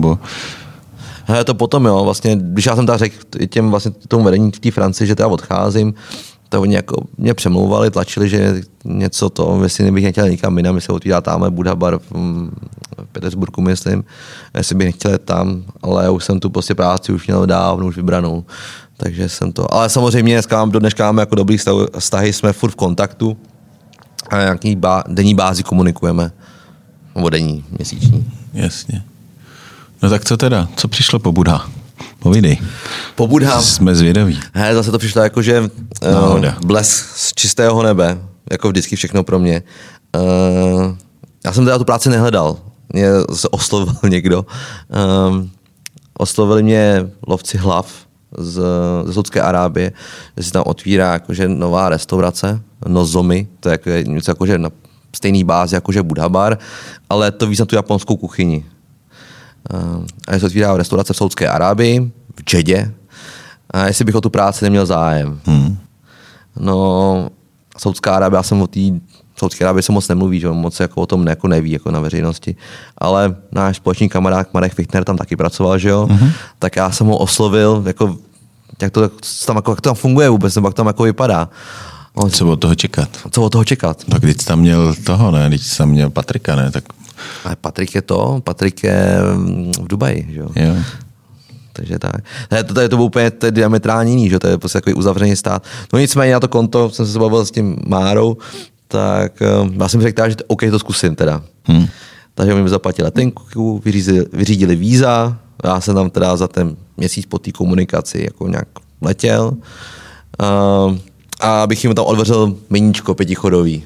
To potom jo, vlastně, když já jsem tam řekl tomu vedení v té Francii, že teda odcházím, tak oni jako mě přemlouvali, tlačili, že něco to, jestli bych nechtěl nikam jinam, my se otvírá tamhle Budabar v Petersburgu, myslím, jestli bych nechtěl tam, ale už jsem tu prostě práci už měl dávno, už vybranou, takže jsem to, ale samozřejmě do dneška máme jako dobrý vztahy, jsme furt v kontaktu a nějaký denní bázi komunikujeme, nebo denní, měsíční. Jasně. No tak co teda? Co přišlo po Buddha? Povídej. Po Buddha. Jsme zvědaví. Zase to přišlo jako, že blesk z čistého nebe. Jako vždycky všechno pro mě. Já jsem teda tu práci nehledal. Mě se oslovil někdo. Oslovili mě lovci hlav ze Saúdské Arábie, že se tam otvírá jakože nová restaurace, Nozomi, to je něco jakože na stejný bázi jakože Budabar, ale to víc na tu japonskou kuchyni. A se otvírá restaurace v Saúdské Arábii, v Džedě, a jestli bych o tu práci neměl zájem. No, Saúdská Arábie, já jsem o té Saúdské Arábii se moc nemluví, že moc jako o tom jako neví jako na veřejnosti, ale náš společný kamarád Marek Fichtner tam taky pracoval, že jo, tak já jsem ho oslovil, jako, jak to tam funguje vůbec, nebo jak to tam jako vypadá. Co od toho čekat? Tak když tam měl toho, ne? Když tam měl Patrika, ne? Tak... Ale Patrik je v Dubaji, že jo? Jo. Takže tak. To bylo úplně diametrální jiný, že to je prostě takový uzavřený stát. No nicméně na to konto jsem se bavil s tím Márou, tak já jsem řekl, že OK, to zkusím teda. Takže mi zaplatili letenku, vyřídili víza, já jsem tam teda za ten měsíc po té komunikaci jako nějak letěl a bych jim tam odvařil meníčko 5chodový.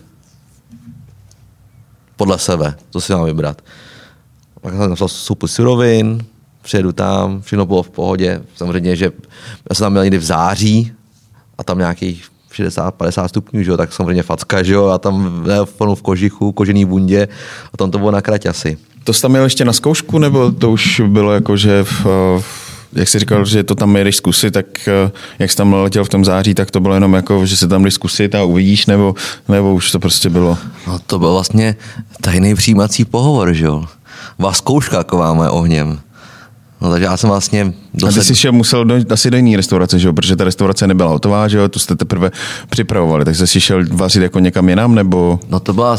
Podle sebe, to si mám vybrat. Pak jsem napsal soupu surovin, přijedu tam, všechno bylo v pohodě. Samozřejmě, že já jsem tam měl někdy v září a tam nějakých 60-50 stupňů, že jo, tak samozřejmě facka, že jo, a tam v kožichu, kožený bundě a tam to bylo na krať asi. To jsi tam měl ještě na zkoušku, nebo to už bylo jako, že jak jsi říkal, že to tam jedeš zkusit, tak jak jsi tam letěl v tom září, tak to bylo jenom jako, že se tam jdeš zkusit a uvidíš, nebo už to prostě bylo? No to byl vlastně tajný přijímací pohovor, že jo. Vás zkouška taková moje ohněm. No takže já jsem vlastně... A ty jsi musel asi do jiný restaurace, že jo, protože ta restaurace nebyla hotová, že jo, tu jste teprve připravovali, takže jsi šel vařit jako někam jinam, nebo... No to byla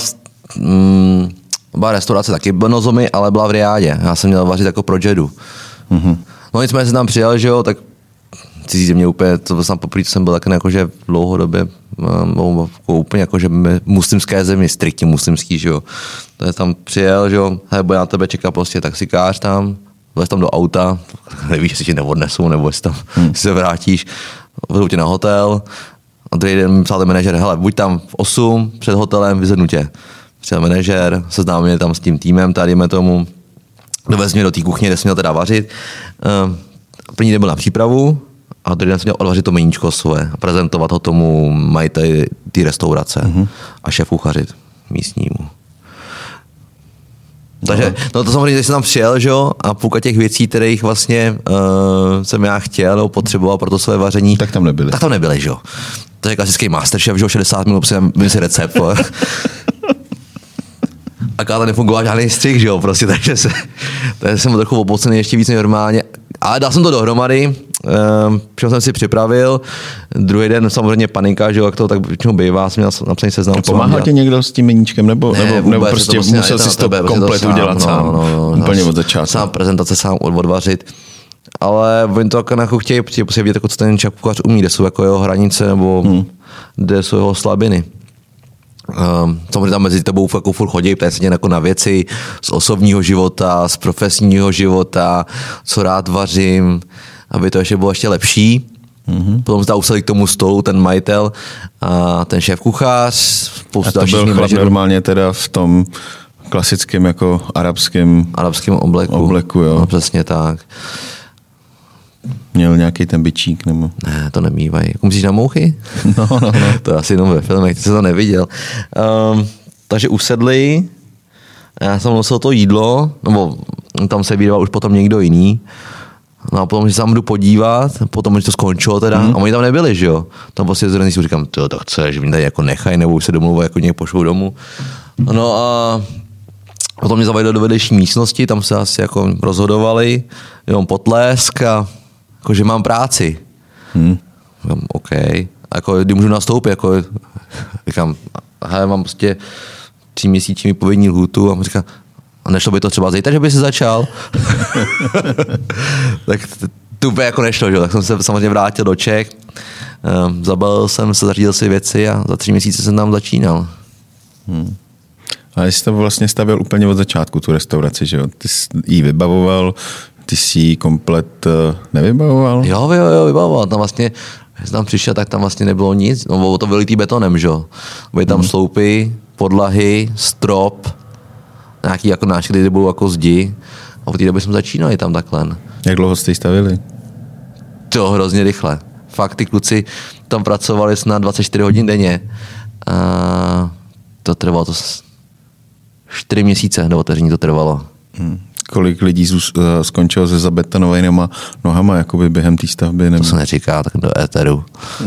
restaurace taky Nozomi, ale byla v Riádě. Já jsem měl vařit jako pro Jeddu. No No nicméně jsem tam přijel, že jo, tak cizí země úplně, to jsem poprvé, co jsem byl tak jakože dlouhodobě, úplně jakože muslimské země, striktně muslimský, že jo. To tam přijel, že jo, bude na tebe čekat prostě taxikář tam, vlez tam do auta, nevíš, jestli tě neodnesou, nebo jestli tam se vrátíš, vezou tě na hotel a druhý den psal ten manažer, hele, buď tam v 8 před hotelem, vyzvednu tě. Přijel manažer, seznámil mě tam s tím týmem, tady jdeme tomu, dovez mě do té kuchyně, kde jsem měl teda vařit. První den byl na přípravu a druhý den jsem měl odvařit to meníčko svoje a prezentovat ho tomu majiteli té restaurace a šéf kuchařit místnímu. Takže, no to samozřejmě, když jsem tam přijel, že jo, a půlka těch věcí, kterých vlastně jsem já chtěl nebo potřeboval pro to své vaření. Tak tam nebyly, že jo. To je klasický masterchef, že jo, 60 minut, prostě si recept. Aká to nefungoval žádný střih, že jo, prostě, takže jsem byl trochu opocený ještě víc než normálně. Ale dal jsem to dohromady, všechno jsem si připravil, druhý den samozřejmě panika, že jo, jak to tak většinou bývá, jsem měl napsaný seznam. Pomáhal ti někdo s tím meníčkem, nebo prostě vlastně musel si to komplet udělat sám, úplně od začátku. Sám prezentace, sám odvařit. Ale oni to jako chtějí vidět, jako co ten kuchař umí, kde jsou jako jeho hranice, nebo kde jsou jeho slabiny. Samozřejmě tam mezi tebou jako furt chodí, ptají se tě jako na věci z osobního života, z profesního života, co rád vařím, aby to ještě bylo ještě lepší. Potom se usadili k tomu stolu ten majitel a ten šéf kuchař. A to byl chlap normálně teda v tom klasickém jako arabském obleku, jo. No, přesně tak. Měl nějaký ten bičík, nebo? Ne, to nemývají. Myslíš na mouchy? No. To je asi jenom ve filmech, ty jsi to neviděl. Takže usedli, já jsem nosil to jídlo, nebo tam se vydával už potom někdo jiný. No a potom, že se tam jdu podívat, potom, že to skončilo teda, a oni tam nebyli, že jo. Tam prostě zrovna si říkám, to chceš, že mě tady jako nechají, nebo už se domluvají, jako něk pošlou domů. No a potom mě zavedli do vedlejší místnosti, tam se asi jako rozhodovali, jenom potlesk a jakože mám práci. OK. Jako, kdy můžu nastoupit, jako, říkám, hele, mám prostě 3měsíční výpovědní lhůtu a říkám, a nešlo by to třeba zítra, že by se začal? Tak to úplně jako nešlo, že? Tak jsem se samozřejmě vrátil do Čech, zabalil jsem se, zařídil si věci a za 3 měsíce jsem tam začínal. A jsi to vlastně stavěl úplně od začátku, tu restauraci, že jo? Ty jsi ji vybavoval, ty jsi ji komplet nevybavoval? Jo, vybavoval. Tam vlastně, když jsem tam přišel, tak tam vlastně nebylo nic. No, bylo to vylitý betonem, že jo? Byly tam sloupy, podlahy, strop, nějaký jako náčky, kde budou jako zdi. A v té době jsme začínali tam takhle. Jak dlouho jste ji stavili? To hrozně rychle. Fakt ty kluci tam pracovali snad 24 hodin denně. A to trvalo 4 měsíce, do otevření to trvalo. Kolik lidí skončilo se zabetonovanýma nohama jakoby během té stavby? Nebo? To se neříká, tak do éteru.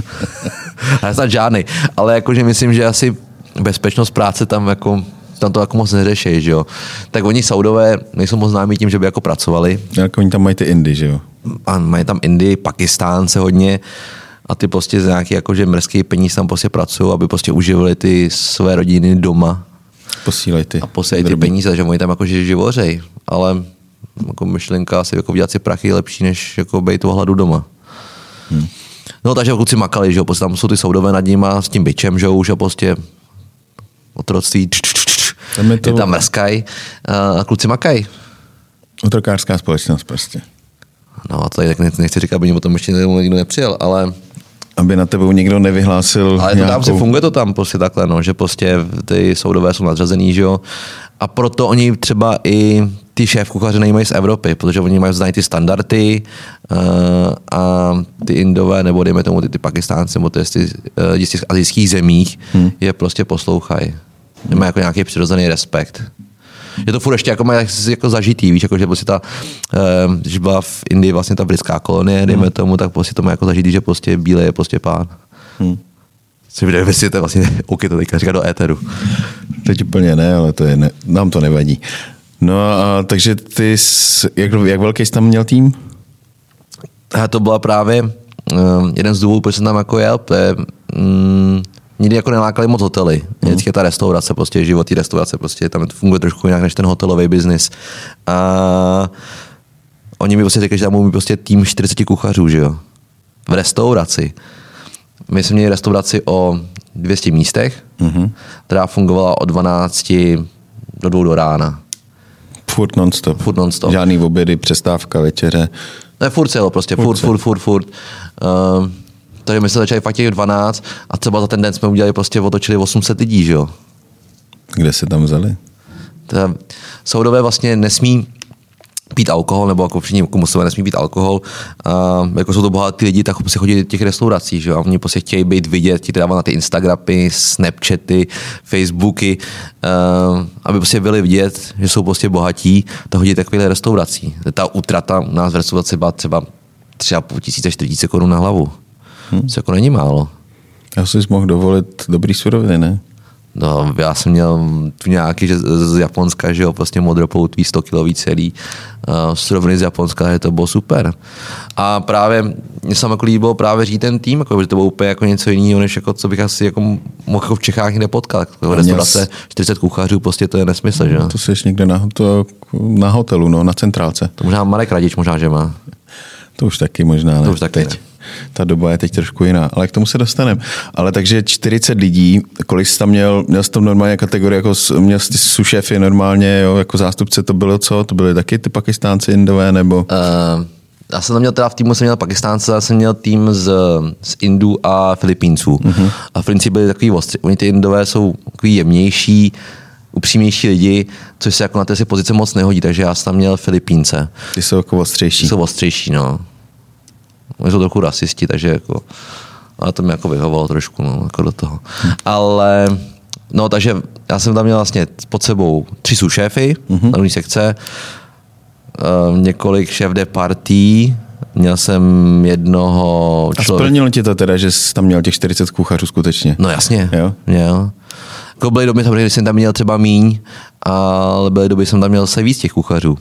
Ale snad žádný. Ale jakože myslím, že asi bezpečnost práce tam to jako moc neřeší, že jo. Tak oni Saudové nejsou moc známí tím, že by jako pracovali. Jako oni tam mají ty Indy, že jo. A mají tam Indy, Pakistánce hodně a ty prostě z nějaký jakože mrzký peníz tam prostě pracují, aby prostě uživili ty své rodiny doma. Posílají ty peníze, že oni tam jakože živořej, ale jako myšlenka asi jako vydělat si prachy je lepší, než jako bejt toho hladu doma. No takže kluci makali, že jo, prostě tam jsou ty Saudové nad nima s tím bičem, že jo, už a prostě otroctví, je tam mrskaj a kluci makají. Otrokářská společnost prostě. No a to tak nechci říkat, aby mě potom ještě nikdo nepřijel, ale aby na tebou někdo nevyhlásil. Ale to tam si funguje to tam prostě takhle, no, že prostě ty Saudové jsou nadřazený, že jo. A proto oni třeba i ty šéf kuchaře nejímají z Evropy, protože oni mají znají ty standardy a ty Indové, nebo dejme tomu ty Pakistánci, nebo ty z těch asijských zemích je prostě poslouchají. Nemají jako nějaký přirozený respekt. Je to furt ještě jako mají jako zažitý, víš, jako že prostě když byla v Indii vlastně ta britská kolonie, dejme tomu, tak prostě to má jako zažitý, že prostě bílej je prostě pán. Si vidím, jestli to je vlastně, OK, to teďka říká do éteru. Teď úplně ne, ale nám to nevadí. No a takže ty, jak velký jsi tam měl tým? A to byla právě jeden z důvodů, proč jsem tam jako jel, nikdy jako nelákali moc hotely. Vždycky ta restaurace, prostě život té restaurace, prostě tam to funguje trošku jinak než ten hotelový biznis. oni mi prostě řekli, že tam můj prostě tým 40 kuchařů, že jo. V restauraci. My jsme měli restauraci o 200 místech, která fungovala od 12 do 2 do rána. Furt non-stop. Furt non-stop. Žádný obědy, přestávka, večeře. Ne, furt celo prostě, furt. Takže my jsme začali fakt těch 12 a třeba za ten den jsme udělali prostě, otočili 800 lidí, že jo. Kde se tam vzali? Soudové vlastně nesmí pít alkohol, nebo jako všichni musíme nesmí pít alkohol. Jako jsou to bohatí lidi, tak prostě chodí do těch restaurací, že jo. A oni prostě chtějí být vidět, ti dávat na ty Instagramy, Snapchaty, Facebooky, aby prostě byli vidět, že jsou prostě bohatí, tak chodí takovýhle restaurací. Ta útrata u nás v restauraci byla třeba 3 500, 4 000 korun na hlavu. To jako není málo. Já si mohl dovolit dobrý suroviny, ne? No, já jsem měl tu nějaký že z Japonska, že jo, prostě modropoutví 100 kilový celý suroviny z Japonska, že to bylo super. A právě mě se jako líbilo právě říct ten tým, jako, že to bylo úplně jako něco jiného, než jako, co bych asi jako mohl jako v Čechách někde potkat. Jako restaurace 40 kuchařů, prostě to je nesmysl, že jo. To jsi někde na hotelu, no, na centrálce. To možná Marek Radič možná, že má. To už taky možná, ne? To už taky teď. Ta doba je teď trošku jiná, ale k tomu se dostaneme. Ale takže 40 lidí, kolik jsi tam měl jsi tam normálně kategorie, jako měl jsi sušefy normálně, jo, jako zástupce to bylo co? To byly taky ty Pakistánci, Indové, nebo? Já jsem tam měl teda v týmu, jsem měl Pakistánce, já jsem měl tým z Indů a Filipínců. A Filipínci byli takový ostří. Oni ty Indové jsou takový jemnější, upřímnější lidi, což se jako na té pozice moc nehodí, takže já jsem tam měl Filipínce. Ty jsou jako ostřejší. Ty jsou ostřejší, no. Oni jsou trochu rasisti, takže jako, ale to mi jako vyhovalo trošku, no, jako do toho. Ale, no, takže já jsem tam měl vlastně pod sebou 3 šéfy na různé sekce, několik šéf de party, měl jsem jednoho člověka. A splnilo ti to teda, že jsi tam měl těch 40 kuchařů skutečně? No jasně, jo. Měl. Jako byly doby, samozřejmě, když jsem tam měl třeba míň, ale byly doby, jsem tam měl se víc těch kuchařů.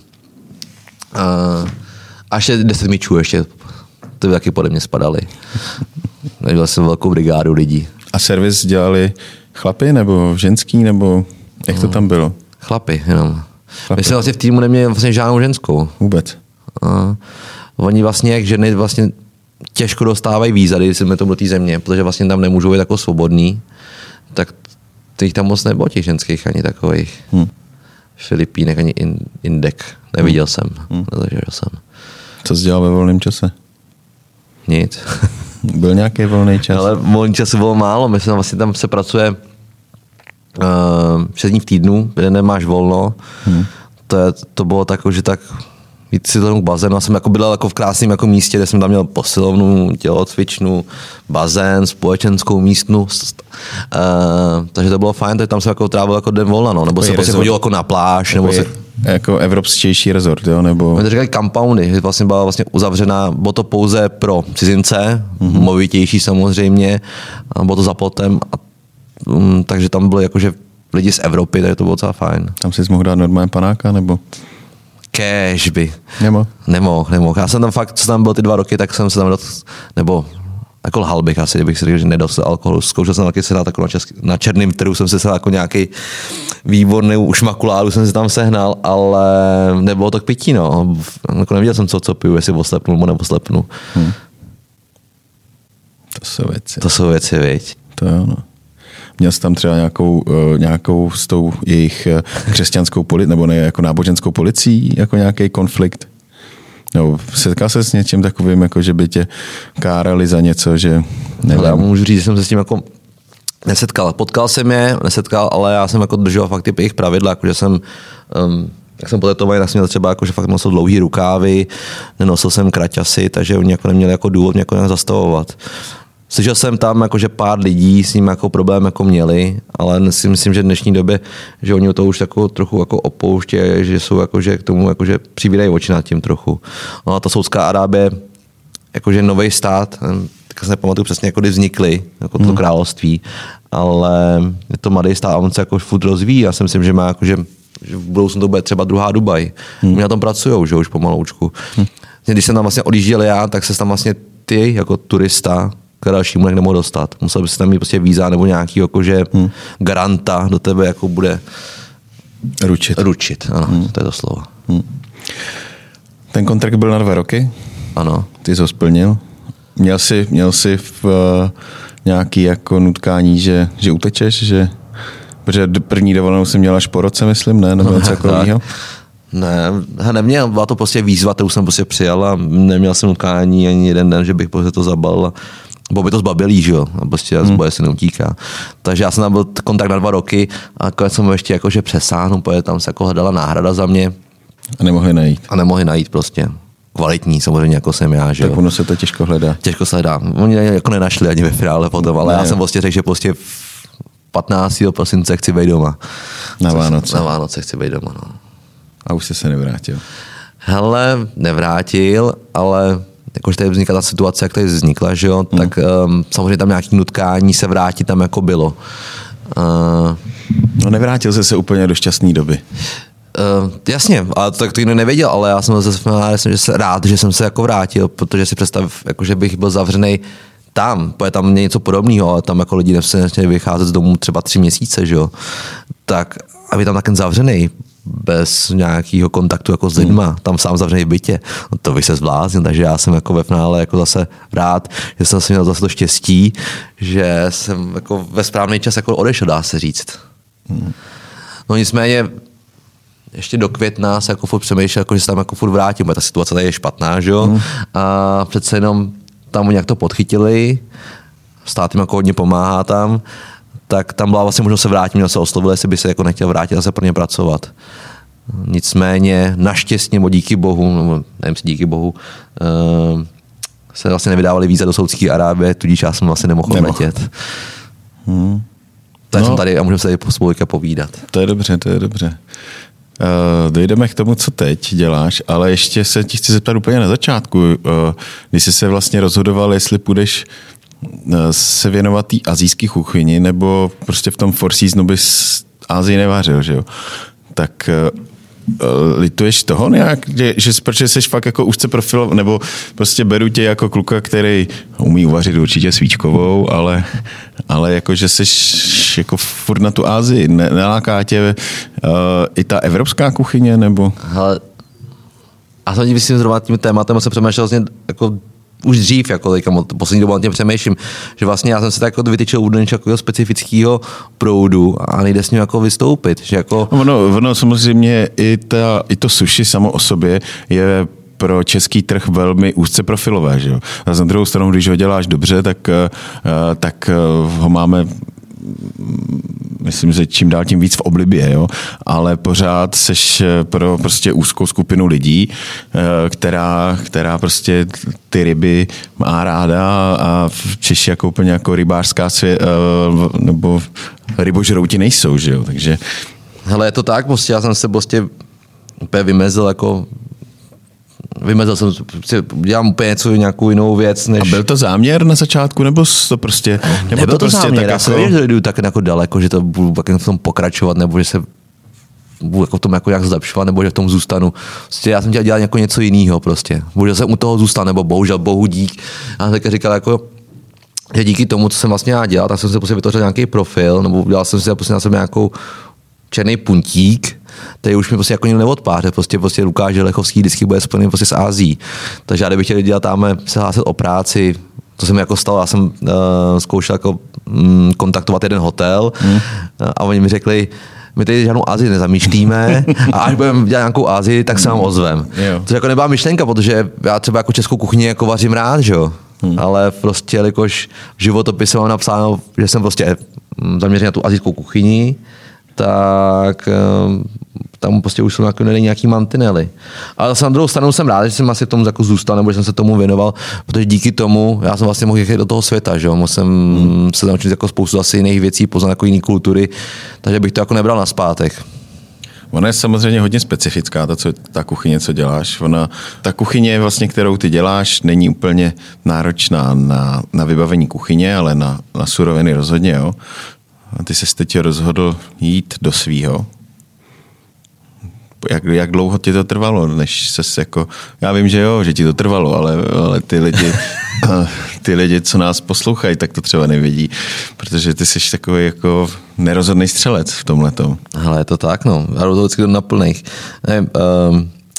A ještě 10 míčů ještě. To by taky pode mě spadaly. Měl jsem velkou brigádu lidí. A servis dělali chlapi nebo ženský, nebo jak to tam bylo? Chlapi, jenom. My jsme vlastně v týmu neměli vlastně žádnou ženskou. Vůbec. Oni vlastně, jak ženy vlastně těžko dostávají víza, když jsme tomu do té země, protože vlastně tam nemůžou být jako svobodný, tak těch tam moc nebylo těch ženských ani takových. Filipínek, ani Indek. Neviděl jsem. Nezažil jsem. Co jsi dělal ve volném čase? Nic. Byl nějaký volný čas? Ale volný čas bylo málo. Myslím, vlastně tam se pracuje 6 dní v týdnu, kde nemáš volno. To bylo tak, že tak jít si tomu k bazénu. Já jsem jako bydlel jako v krásném jako místě, kde jsem tam měl posilovnu, tělocvičnu, bazén, společenskou místnost. Takže to bylo fajn, takže tam jsem jako trávil jako den volna, no. Nebo se prostě chodil jako na pláž. Nebo se... Jako evropštější rezort, jo? Nebo... My to říkali compoundy, že vlastně byla vlastně uzavřená, bylo to pouze pro cizince, movitější samozřejmě, a bylo to za plotem, takže tam byly jakože lidi z Evropy, takže to bylo docela fajn. Tam jsi mohl dát normálně panáka, nebo? Kéž by. Nemohl. Já jsem tam fakt, co tam byl ty 2 roky, tak jsem se tam nebo jako lhal bych asi, kdybych si řekl, že nedostal alkohol. Zkoušel jsem taky sehnat jako na černým trhu, jsem se sehnal jako nějaký výborný ušmakuládu jsem si tam sehnal, ale nebylo to k pití, no. Jako neviděl jsem, co piju, jestli oslepnu nebo neoslepnu. To jsou věci, viď. To jo, no. Měl jsi tam třeba nějakou s tou jejich křesťanskou nebo ne, jako náboženskou policií, jako nějaký konflikt? No, setkal se s něčím takovým, jako že by tě kárali za něco, že nevím. Ale já můžu říct, že jsem se s tím jako nesetkal. Potkal jsem je, ale já jsem jako držel fakt ty jejich pravidla, jakože jsem, jak jsem potetovaný, tak jsem měl třeba jako, že fakt nosil dlouhý rukávy, nenosil jsem kraťasy, takže oni jako neměli jako důvod mě jako nějak zastavovat. Slyšel jsem tam, jako, že pár lidí s ním jako problém jako měli, ale si myslím, že v dnešní době, že oni to už jako, trochu jako opouštějí, že jsou jako, že k tomu jako, že přivídají oči nad tím trochu. No a ta Saudská Arábie, jakože nový stát, tak se nepamatuju přesně, jako kdy vznikly, jako to království, ale je to mladý stát a on se jako furt rozvíjí. Já si myslím, že má jako, že v budoucnu to bude třeba druhá Dubaj. Oni na tom pracujou, že už pomaloučku. Když jsem tam vlastně odjížděl já, tak se tam vlastně ty jako turista k dalšímu nemohl dostat. Musel by si tam mít prostě víza nebo nějaký jakože garanta do tebe jako bude ručit. Ano, to je to slovo. Ten kontrakt byl na 2 roky? Ano. Ty jsi ho splnil? Měl jsi v nějaký jako nutkání, že utečeš, že... Protože první dovolenou jsem měl až po roce, myslím, ne? Nebo něco takového? Ne, neměl, byla to prostě výzva, kterou jsem prostě přijal a neměl jsem nutkání ani jeden den, že bych prostě to zabalil. Bo by to zbabělý, že jo, a prostě z boje se neutíká. Takže já jsem tam byl kontakt na 2 roky a konec jsem ještě jakože přesáhnu, protože tam se jako hledala náhrada za mě. A nemohli najít prostě. Kvalitní samozřejmě, jako jsem já, že jo. Tak ono se to těžko hledá. Těžko se hledá. Oni jako nenašli ani ve finále potom, ale já jsem prostě řekl, že prostě 15. prosince chci být doma. Na Vánoce. Na Vánoce chci být doma, no. A už jsi se nevrátil. Hele, nevrátil, ale jakože tady vznikla ta situace, jak tady vznikla, že jo, tak samozřejmě tam nějaký nutkání se vrátit tam jako bylo. No nevrátil jsi se úplně do šťastné doby. Jasně, ale to tak to jinak nevěděl, ale já jsem zase rád, že jsem se jako vrátil, protože si představ, jako, že bych byl zavřený tam, protože tam je něco podobného, ale tam jako lidi nechtěli vycházet z domu třeba 3 měsíce, že jo. Tak aby tam taky zavřený, bez nějakého kontaktu jako s lidma, tam sám zavřený v bytě, no to bych se zbláznil, takže já jsem jako ve finále jako zase rád, že jsem si měl zase to štěstí, že jsem jako ve správný čas jako odešel, dá se říct. No nicméně ještě do května se jako furt přemýšlel, jako, že se tam jako furt vrátím, protože ta situace tady je špatná, že jo? A přece jenom tam oni jak to podchytili, stát jim jako hodně pomáhá tam, tak tam byla vlastně možnost se vrátit, mě se oslovil, jestli by se jako nechtěl vrátit a se pro ně pracovat. Nicméně naštěstí, nebo díky bohu, nebo nevím si díky bohu, se vlastně nevydávali víza do Saúdské Arábie, tudíž já jsem vlastně nemohl letět. Tak jsem tady a můžeme se tady spolu povídat. To je dobře. Dojdeme k tomu, co teď děláš, ale ještě se ti chci zeptat úplně na začátku. Když jsi se vlastně rozhodoval, jestli půjdeš se věnovat té asijské kuchyni, nebo prostě v tom Four Seasons bys Asii nevařil, že jo? Tak lituješ toho nějak, protože jsi fakt jako úzce profil, nebo prostě beru tě jako kluka, který umí uvařit určitě svíčkovou, ale jako, že jsi jako furt na tu Asii, neláká tě i ta evropská kuchyně, nebo? Hele, a jsem myslím zrovna tím tématem, jsem přemýšlel vlastně jako už dřív, jako poslední dobu na tím přemýšlím, že vlastně já jsem se tak jako vytyčil u něčeho specifického proudu a nejde s ním jako vystoupit. Že jako... Ono samozřejmě i to sushi samo o sobě je pro český trh velmi úzce profilové. Že jo? A na druhou stranu, když ho děláš dobře, tak ho máme, myslím, že čím dál tím víc v oblibě, jo? Ale pořád seš pro prostě úzkou skupinu lidí, která prostě ty ryby má ráda a v Češi jako úplně jako rybářská nebo rybožrouti nejsou, že jo? Takže... Hele, je to tak, prostě já jsem se prostě úplně vymezil jsem, dělám úplně nějakou jinou věc, než... A byl to záměr na začátku, nebo to prostě... Nebyl to záměr, tak já se nevěděl, že jdu tak jako daleko, že to budu v tom pokračovat, nebo že se budu jako v tom jako nějak zlepšovat, nebo že v tom zůstanu. Prostě já jsem chtěl dělat jako něco jiného prostě. Bohužel jsem u toho zůstal, nebo bohužel bohu dík. Já jsem říkal jako, že díky tomu, co jsem vlastně já dělal, tak jsem si prostě vytvořil nějaký profil, nebo dělal jsem si prostě na sebe nějakou černý puntík, který už mi prostě jako nikdo neodpáře. Prostě Lukáš Lechovský vždycky bude spojený prostě s Ázií. Takže já kdybych chtěl dělat tamhle se hlásit o práci, to se mi jako stalo, já jsem zkoušel jako kontaktovat jeden hotel a oni mi řekli, my tady žádnou Asii nezamýšlíme a až budeme dělat nějakou Asii, tak se vám ozvem. To jako nebyla myšlenka, protože já třeba jako českou kuchyni jako vařím rád, že jo. Ale prostě, jelikož v životopise mám napsáno, že jsem prostě zaměřený na tu asijskou kuchyni, tak tam prostě už jsou nějaký mantinely. Ale zase na druhou stranu jsem rád, že jsem asi tomu jako zůstal, nebo že jsem se tomu věnoval, protože díky tomu já jsem vlastně mohl jít do toho světa, že? Mohl jsem se naučit jako spoustu asi jiných věcí, poznat jako jiný kultury, takže bych to jako nebral nazpátek. Ona je samozřejmě hodně specifická, ta kuchyně, co děláš. Ta kuchyně, vlastně, kterou ty děláš, není úplně náročná na vybavení kuchyně, ale na suroviny rozhodně. Jo? A ty jsi teď rozhodl jít do svýho. Jak dlouho ti to trvalo, než ses jako... Já vím, že jo, že ti to trvalo, ale ty lidi, co nás poslouchají, tak to třeba nevědí, protože ty jsi takový jako nerozhodný střelec v tomhletom. Hele, je to tak, no. Já jdu to vždycky na plných.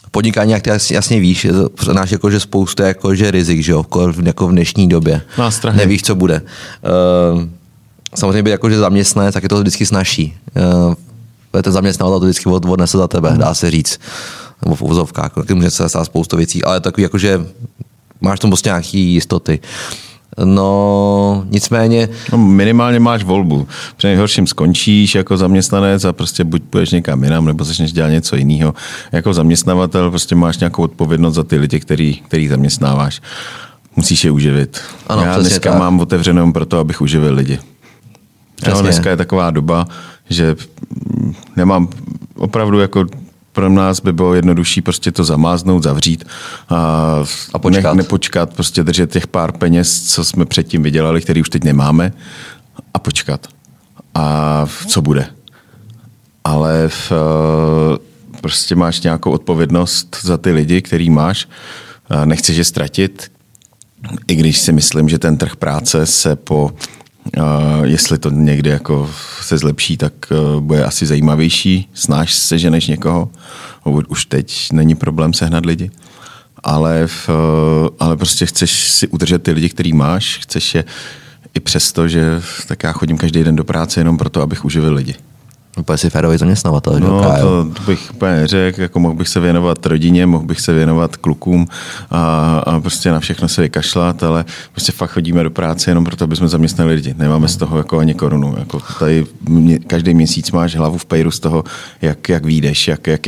podnikání, jak ty jasně víš, znáš jakože spoustu jakože rizik, že jo, jako v dnešní době. Nevíš, co bude. Samozřejmě být jakože zaměstnanec, tak je to vždycky snazší. Ten zaměstnavatel to vždycky odnese za tebe, dá se říct. Nebo v uvozovkách, může se stát spoustu věcí, ale takový jakože máš tam prostě nějaký jistoty. No, nicméně... No, minimálně máš volbu. Při nejhorším skončíš jako zaměstnanec a prostě buď půjdeš někam jinam, nebo začneš dělat něco jiného. Jako zaměstnavatel prostě máš nějakou odpovědnost za ty lidi, který zaměstnáváš. Musíš je uživit. Ano, já dneska mám otevřenou proto, abych uživil lidi. Jo, dneska je taková doba, že nemám opravdu jako pro nás by bylo jednodušší prostě to zamáznout, zavřít a počkat. Nepočkat, prostě držet těch pár peněz, co jsme předtím vydělali, který už teď nemáme a počkat. A co bude? Ale prostě máš nějakou odpovědnost za ty lidi, který máš. Nechceš je ztratit, i když si myslím, že ten trh práce se jestli to někdy jako se zlepší, tak bude asi zajímavější. Snáš se, že než někoho. Už teď není problém sehnat lidi. Ale prostě chceš si udržet ty lidi, který máš. Chceš je i přesto, že tak já chodím každý den do práce jenom proto, abych uživil lidi. Úplně si férový zaměstnavatel. No, to bych úplně neřekl, jako mohl bych se věnovat rodině, mohl bych se věnovat klukům a prostě na všechno se vykašlat, ale prostě fakt chodíme do práce jenom proto, aby jsme zaměstnali lidi. Nemáme z toho jako ani korunu. Jako tady každý měsíc máš hlavu v pejru z toho, jak vyjdeš,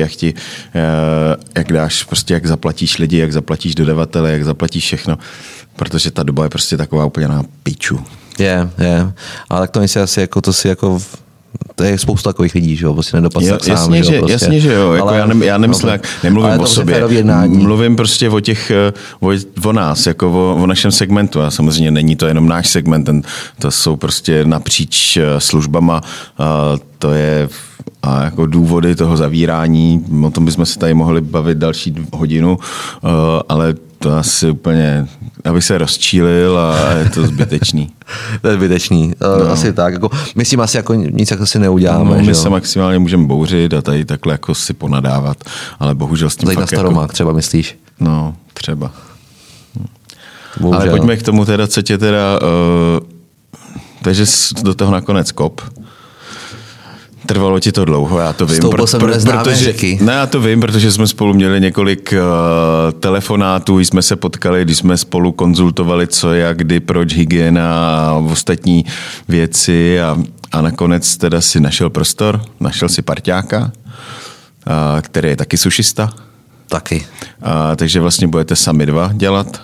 jak dáš, prostě jak zaplatíš lidi, jak zaplatíš dodavatele, jak zaplatíš všechno, protože ta doba je prostě taková úplně na piču. Je. Ale tak to myslím asi jako to si jako to je spousta takových lidí, že jo, prostě nedopad tak sám. Jasně, že, prostě. Jasně, že jo, jako já nemyslím, nemluvím o sobě, mluvím prostě o nás, jako o našem segmentu a samozřejmě není to jenom náš segment, to jsou prostě napříč službama, to je a jako důvody toho zavírání, o tom bychom se tady mohli bavit další hodinu, ale to asi úplně, abych se rozčílil a je to zbytečný. To je zbytečný. Asi tak. Jako, my s tím asi jako nic jako si neuděláme. No, my se maximálně můžeme bouřit a tady takhle jako si ponadávat, ale bohužel s tím zajít fakt na Staromák jako... třeba, myslíš? No, třeba. Bohužel. Ale pojďme k tomu teda, co tě teda... takže do toho nakonec kop. Trvalo ti to dlouho, já to vím. Já to vím, protože jsme spolu měli několik telefonátů, jsme se potkali, když jsme spolu konzultovali, co, jak, kdy, proč, hygiena a ostatní věci a nakonec teda si našel prostor, našel si parťáka, který je taky sušista. Taky. Takže vlastně budete sami dva dělat.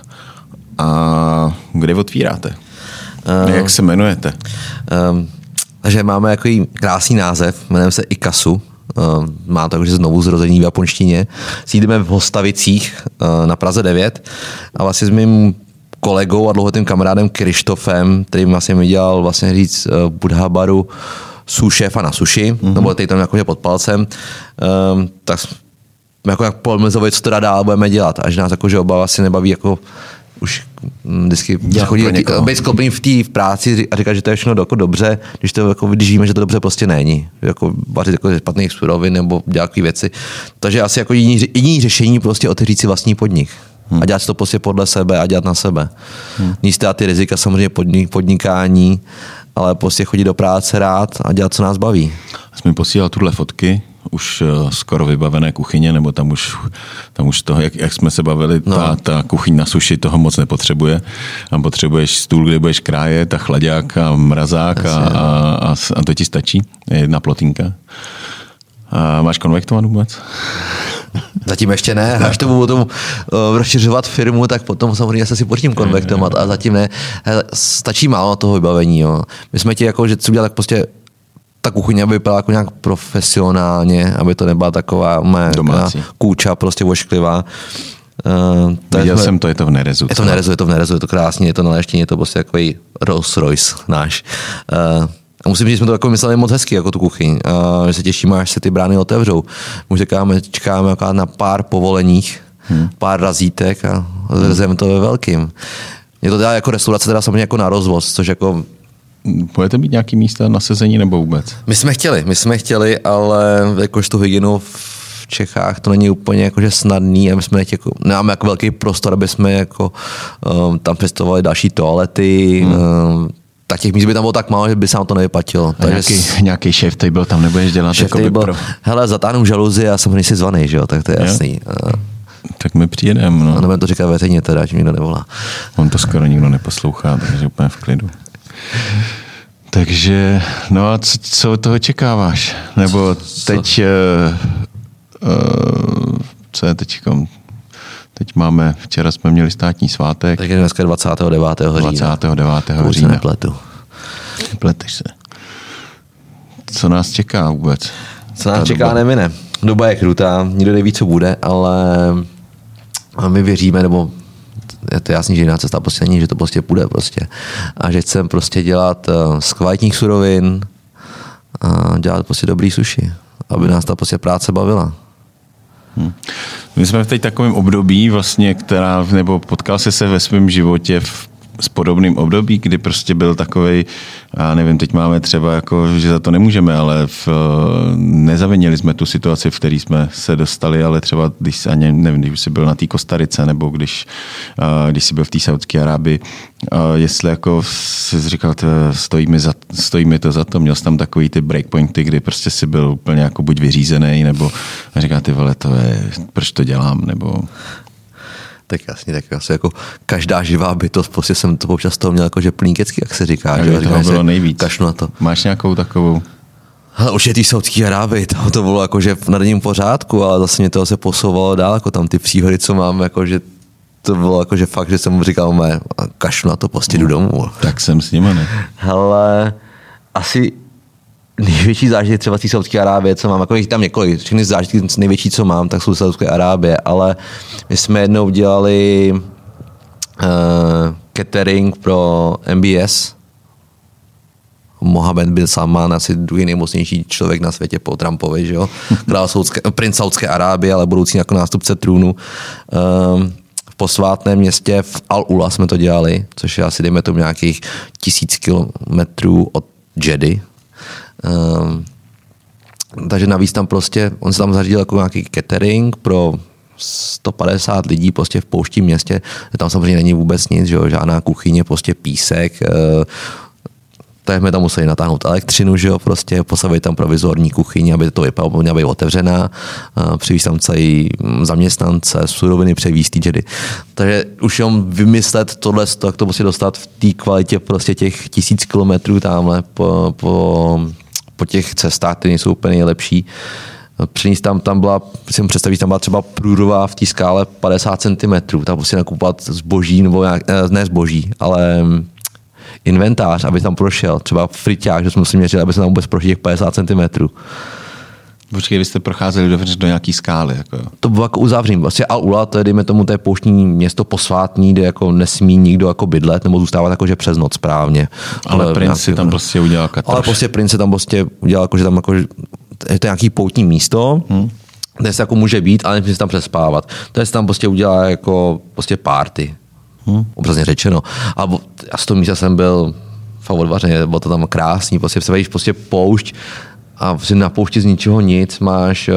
A kde otvíráte? Jak se jmenujete? Takže máme takový krásný název, jmenujeme se Ikasu. Má to znovu zrození v japonštině. Sídlíme v Hostavicích na Praze 9 a vlastně s mým kolegou a dlouholetým kamarádem Krištofem, který vlastně mi dělal vlastně říct Buddha baru šéfa na sushi, nebo tady tam jakože pod palcem, tak jsme jako jak polmizovali, co teda dál budeme dělat. Až nás jakože oba vlastně nebaví jako už vždycky chodí být schopný v práci a říkat, že to je všechno jako dobře, když to jako vydržíme, že to dobře prostě není. Jako vařit jako špatných surovin nebo dělat takové věci. Takže asi jako jediný řešení prostě otevřít si vlastní podnik. A dělat to prostě podle sebe a dělat na sebe. Níst ty rizika samozřejmě podnikání, ale prostě chodit do práce rád a dělat, co nás baví. Jsi mi posílal tuhle fotky, už skoro vybavené kuchyně, nebo tam už toho, jak jsme se bavili, ta kuchyň na suši toho moc nepotřebuje. Tam potřebuješ stůl, kde budeš krájet, a chlaďák a mrazák a to ti stačí. Jedna plotínka. A máš konvektovan vůbec? Zatím ještě ne. Až to budu tomu rozšiřovat firmu, tak potom samozřejmě se si pořídím konvektovat a zatím ne. Stačí málo toho vybavení. Jo. My jsme ti jako, že co udělat, tak prostě ta kuchyně aby vypadala jako nějak profesionálně, aby to nebyla taková kůča prostě vošklivá. Viděl jsem to, je to v Nerezu. Je to je to krásně, je to na Léštění, je to prostě takový Rolls Royce náš. A musím říct, že jsme to jako mysleli moc hezky, jako tu kuchyň. Že se těšíme, až se ty brány otevřou. Už čekáme na pár povoleních, pár razítek a zrzeme to ve velkým. Mě to dělá jako restaurace, teda samozřejmě jako na rozvoz, což jako... Budete mít nějaký místa na sezení nebo vůbec? My jsme chtěli, ale jakož tu hygienu Čechách to není úplně jakože snadný a my jsme jako, nemáme jako velký prostor, aby jsme jako tam představovali další toalety, tak těch míst by tam bylo tak málo, že by se nám to nevyplatilo. Nějaký šéf table tam nebudeš dělat jako table, hele, zatáhnu žaluzi a jsem nejsi zvaný, že jo, tak to je jasný. Tak my přijedeme, no. A nebudem to říkat veřejně teda, že nikdo nevolá. On to skoro nikdo neposlouchá, takže úplně v klidu. Takže, no a co od toho očekáváš? Nebo teď, co je teď máme, včera jsme měli státní svátek. Tak je dneska 29. října. 29. října. Nepletu. Nepleteš se. Co nás čeká vůbec? Co nás čeká, nemine. Doba je krutá, nikdo neví, co bude, ale my věříme, nebo je to jasný, že jiná cesta prostě není, že to prostě půjde prostě. A že chceme prostě dělat z kvalitních surovin a dělat prostě dobrý sushi, aby nás ta prostě práce bavila. My jsme v teď takovém období vlastně, nebo potkal jsi se ve svém životě s podobným období, kdy prostě byl takovej, já nevím, teď máme třeba jako, že za to nemůžeme, ale nezavinili jsme tu situaci, v které jsme se dostali, ale třeba když jsi byl na té Kostarice, nebo když jsi byl v té Saudské Arábii, jestli jako jsi říkal, stojí mi to za to, měl jsi tam takový ty breakpointy, kdy prostě jsi byl úplně jako buď vyřízený, nebo říkal, ty vole, proč to dělám, nebo... Tak jasně, tak asi jako každá živá bytost, prostě jsem to občas toho měl jako, že plný kecky, jak se říká. Že toho bylo nejvíc. Kašlu na to. Máš nějakou takovou? Hele, určitě tý Saudské Arábii, to bylo jako, že na denním pořádku, ale zase mě toho se posouvalo dál, jako tam ty příhody, co mám, jako, že to bylo jako, že fakt, že jsem mu říkal, kašlu na to, prostě jdu domů. Tak jsem s nimi, ne? Hele, asi největší zážitek třeba z té Saudské Arábie, co mám, jako jich tam několik, všechny zážitky největší, co mám, tak jsou z Saudské Arábie, ale my jsme jednou dělali catering pro MBS. Mohammed bin Salman, asi druhý nejmocnější člověk na světě po Trumpovi, že jo? Princ Saudské Arábie, ale budoucí jako nástupce trůnu. V posvátném městě v Al-Ula jsme to dělali, což je asi, dejme tomu, nějakých 1000 kilometrů od Jeddy. Takže navíc tam prostě, on se tam zařídil jako nějaký catering pro 150 lidí prostě v pouštím městě, tam samozřejmě není vůbec nic, že jo, žádná kuchyně, prostě písek, tak jsme tam museli natáhnout elektřinu, že jo, prostě postavit tam provizorní kuchyni, aby to vypadalo, měla být otevřená, přivízt tam celý zaměstnance, suroviny převízt Jeddy. Takže už jenom vymyslet tohle, jak to prostě dostat v té kvalitě prostě těch 1000 kilometrů tamhle po těch cestách, které jsou úplně nejlepší. Přinést tam byla, si mu představit, tam byla třeba průrová v té skále 50 cm, tam prostě nakupovat zboží, nebo ne zboží, ale inventář, aby tam prošel, třeba friťák, že jsme si měřili, aby se tam vůbec prošel těch 50 cm. Počkej, vy jste procházeli do nějaký skály. Jako. To bylo jako uzavřím. Vlastně Al-Ula, to je, dejme tomu, to je pouštní město posvátný, kde jako nesmí nikdo jako bydlet nebo zůstávat jako, že přes noc správně. Ale princ si tam prostě udělal katroš. Ale prostě princ si tam prostě udělal, jako, že tam jako, je to nějaký poutní místo, kde se jako může být, ale nemůže se tam přespávat. To je se tam prostě udělá jako prostě party. Obrazně řečeno. A z toho místa jsem byl fakt odvařený, bylo to tam krásný, prostě se prostě poušť a na poušti z ničeho nic máš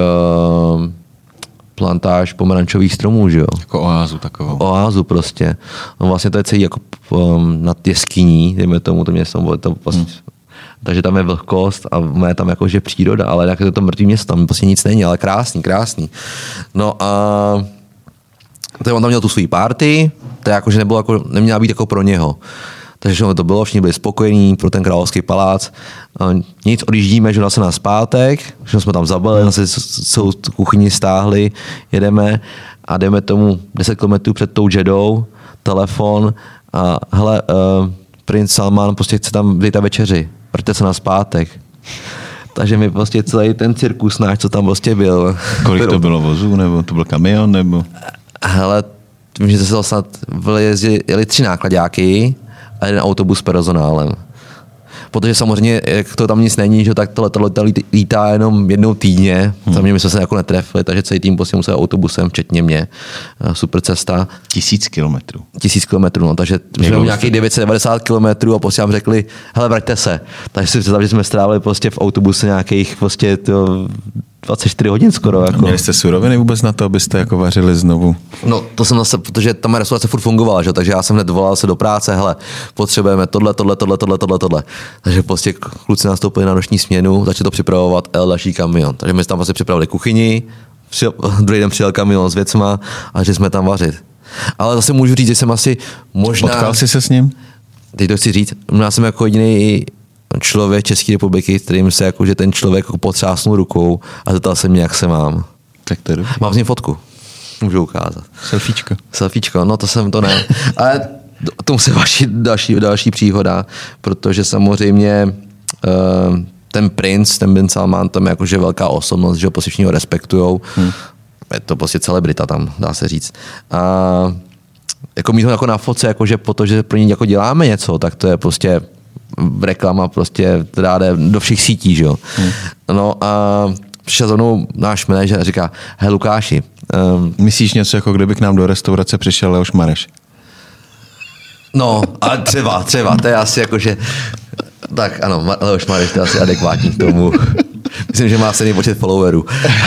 plantáž pomerančových stromů, že jo? Jako oázu takovou. Oázu prostě. No vlastně to je celý jako nad jeskyní, dejme tomu, to město, to prostě, takže tam je vlhkost a je tam jakože příroda, ale jak je to mrtvý město, tam prostě nic není, ale krásný. No a to on tam měl tu svůj party, to jakože nebylo jako, neměla být jako pro něho. Takže to bylo, všichni byli spokojení pro ten královský palác. Nic, odjíždíme, že se na zpátek, že jsme tam zabili, zase celou kuchyni stáhli, jedeme a jdeme tomu 10 km před tou Jeddou, telefon a hele, princ Salman prostě chce tam dejte večeři, vrťte se na zpátek. Takže mi prostě celý ten cirkus náš, co tam prostě byl. Kolik to bylo vozů, nebo to byl kamion, nebo? Hele, vím, že se snad jeli 3 nákladáky a 1 autobus s personálem. Protože samozřejmě, jak to tam nic není, že tak tohle lítá jenom jednou týdně, samozřejmě my jsme se jako netrefili, takže celý tým prostě musel autobusem, včetně mě. Super cesta. 1000 kilometrů. 1000 kilometrů, no, takže jsme nějakých 990 kilometrů a prostě nám řekli, hele, vraťte se. Takže si představ, že jsme strávili prostě v autobuse nějakých prostě 24 hodin skoro. Jako. Měli jste suroviny vůbec na to, abyste jako vařili znovu? No to jsem zase, protože ta restaurace furt fungovala, že? Takže já jsem hned volal se do práce, hele, potřebujeme tohle. Takže prostě kluci nastoupili na noční směnu, začali to připravovat, další kamion. Takže my jsme tam vlastně připravili kuchyni, druhý den přijel kamion s věcma a že jsme tam vařit. Ale zase můžu říct, že jsem asi možná... Potkal jsi se s ním? Teď to chci říct, já jsem jako jediný člověk České republiky, kterým se jako, že ten člověk jako potřásnul rukou a zeptal se mě, jak se mám. Tak to je dobrý. Mám z něj fotku. Můžu ukázat. Selfiečko, no to ne. Ale to musí další příhoda, protože samozřejmě ten princ, ten bin Salman, tam je jakože velká osobnost, že ho prostě všichni ho respektujou. Je to prostě celebrita tam, dá se říct. A jako mít ho jako na fotce, jakože protože pro ní jako děláme něco, tak to je prostě reklama prostě, která jde do všech sítí, že jo. No a přišel za mnou náš manažer a říká, hej Lukáši. Myslíš něco, jako kdyby k nám do restaurace přišel Leoš Mareš? No, ale třeba, to je asi jakože, tak ano, Leoš Mareš, to je asi adekvátní k tomu. Myslím, že má stejný počet followerů.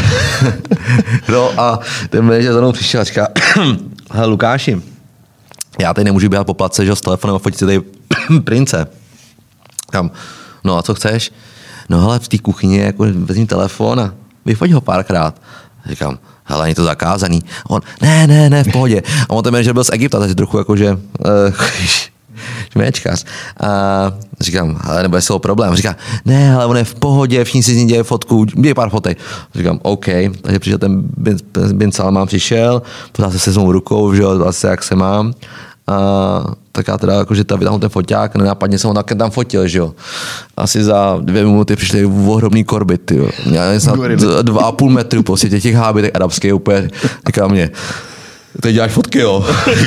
No a ten manažer za mnou přišel a říká, hej Lukáši, já tady nemůžu běhat po place, že s telefonem a fotit si tady prince. Říkám, no a co chceš? No ale v té kuchyni jako vezmi telefon a vyfoť ho párkrát. Říkám, hele, je to zakázaný. On, ne, v pohodě. A on ten manažer byl z Egypta, takže trochu jakože šméčkař. A říkám, hele, nebude se o problém. Říká, ne, ale on je v pohodě, všichni si z ní dělají fotku, dějí pár fotek. Říkám, OK. Takže přišel ten bin Salman, přišel, pořád se svou rukou, že jo, vlastně jak se mám. A tak já teda jakože vytáhnu ten foťák, nenápadně jsem ho tam fotil, že jo. Asi za 2 minuty přišly ohromný korbit, jo. Já jsem 2,5 metru prostě těch hábitek arabských úplně, říká mě, ty děláš fotky, jo.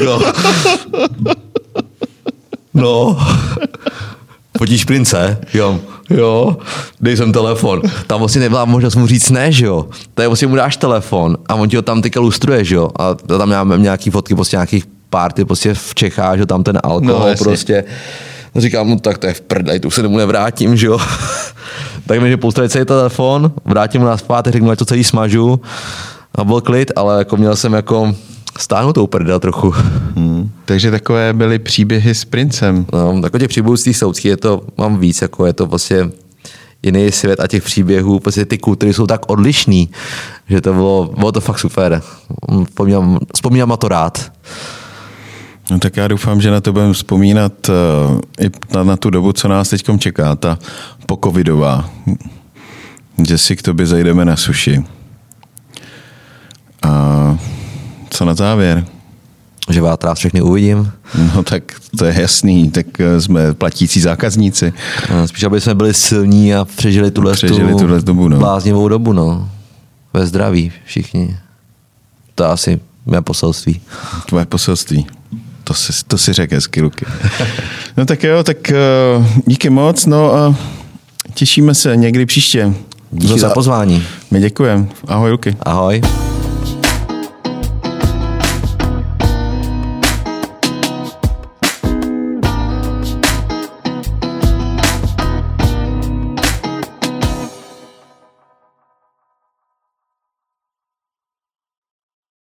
No. Fotíš prince? Jo, dej sem telefon. Tam vlastně nebyla možnost mu říct ne, že jo. Tady vlastně mu dáš telefon a on ti ho tam teďka lustruje, že jo. A tam máme nějaký fotky prostě nějakých party prostě v Čechách, že tam ten alkohol prostě. Říkám mu, tak to je v prdeli, tu se domů nevrátím, že jo. Tak mi, že postavit celý telefon, vrátím mu na zpátek, řeknu, ať to celý smažu a byl klid, ale jako měl jsem jako stáhnutou prdel trochu. Takže takové byly příběhy s princem. No, takové těch příběhů z těch saudských je to, mám víc, jako je to vlastně jiný svět a těch příběhů, prostě ty kultury jsou tak odlišný, že to bylo to fakt super. Vzpomínám na to rád. No tak já doufám, že na to budeme vzpomínat i na tu dobu, co nás teďkom čeká, ta pocovidová, že si k tobě zajdeme na suši. A co na závěr? Že vás rád všechny uvidím. No tak to je jasný, tak jsme platící zákazníci. Spíš, aby jsme byli silní a přežili tuhle dobu, no. Bláznivou dobu, no. Ve zdraví všichni. To je asi mé poselství. Tvoje poselství. To si řekl hezky, Luky. No tak jo, tak díky moc, no a těšíme se někdy příště. Díky za pozvání. My děkujeme. Ahoj, Luky. Ahoj.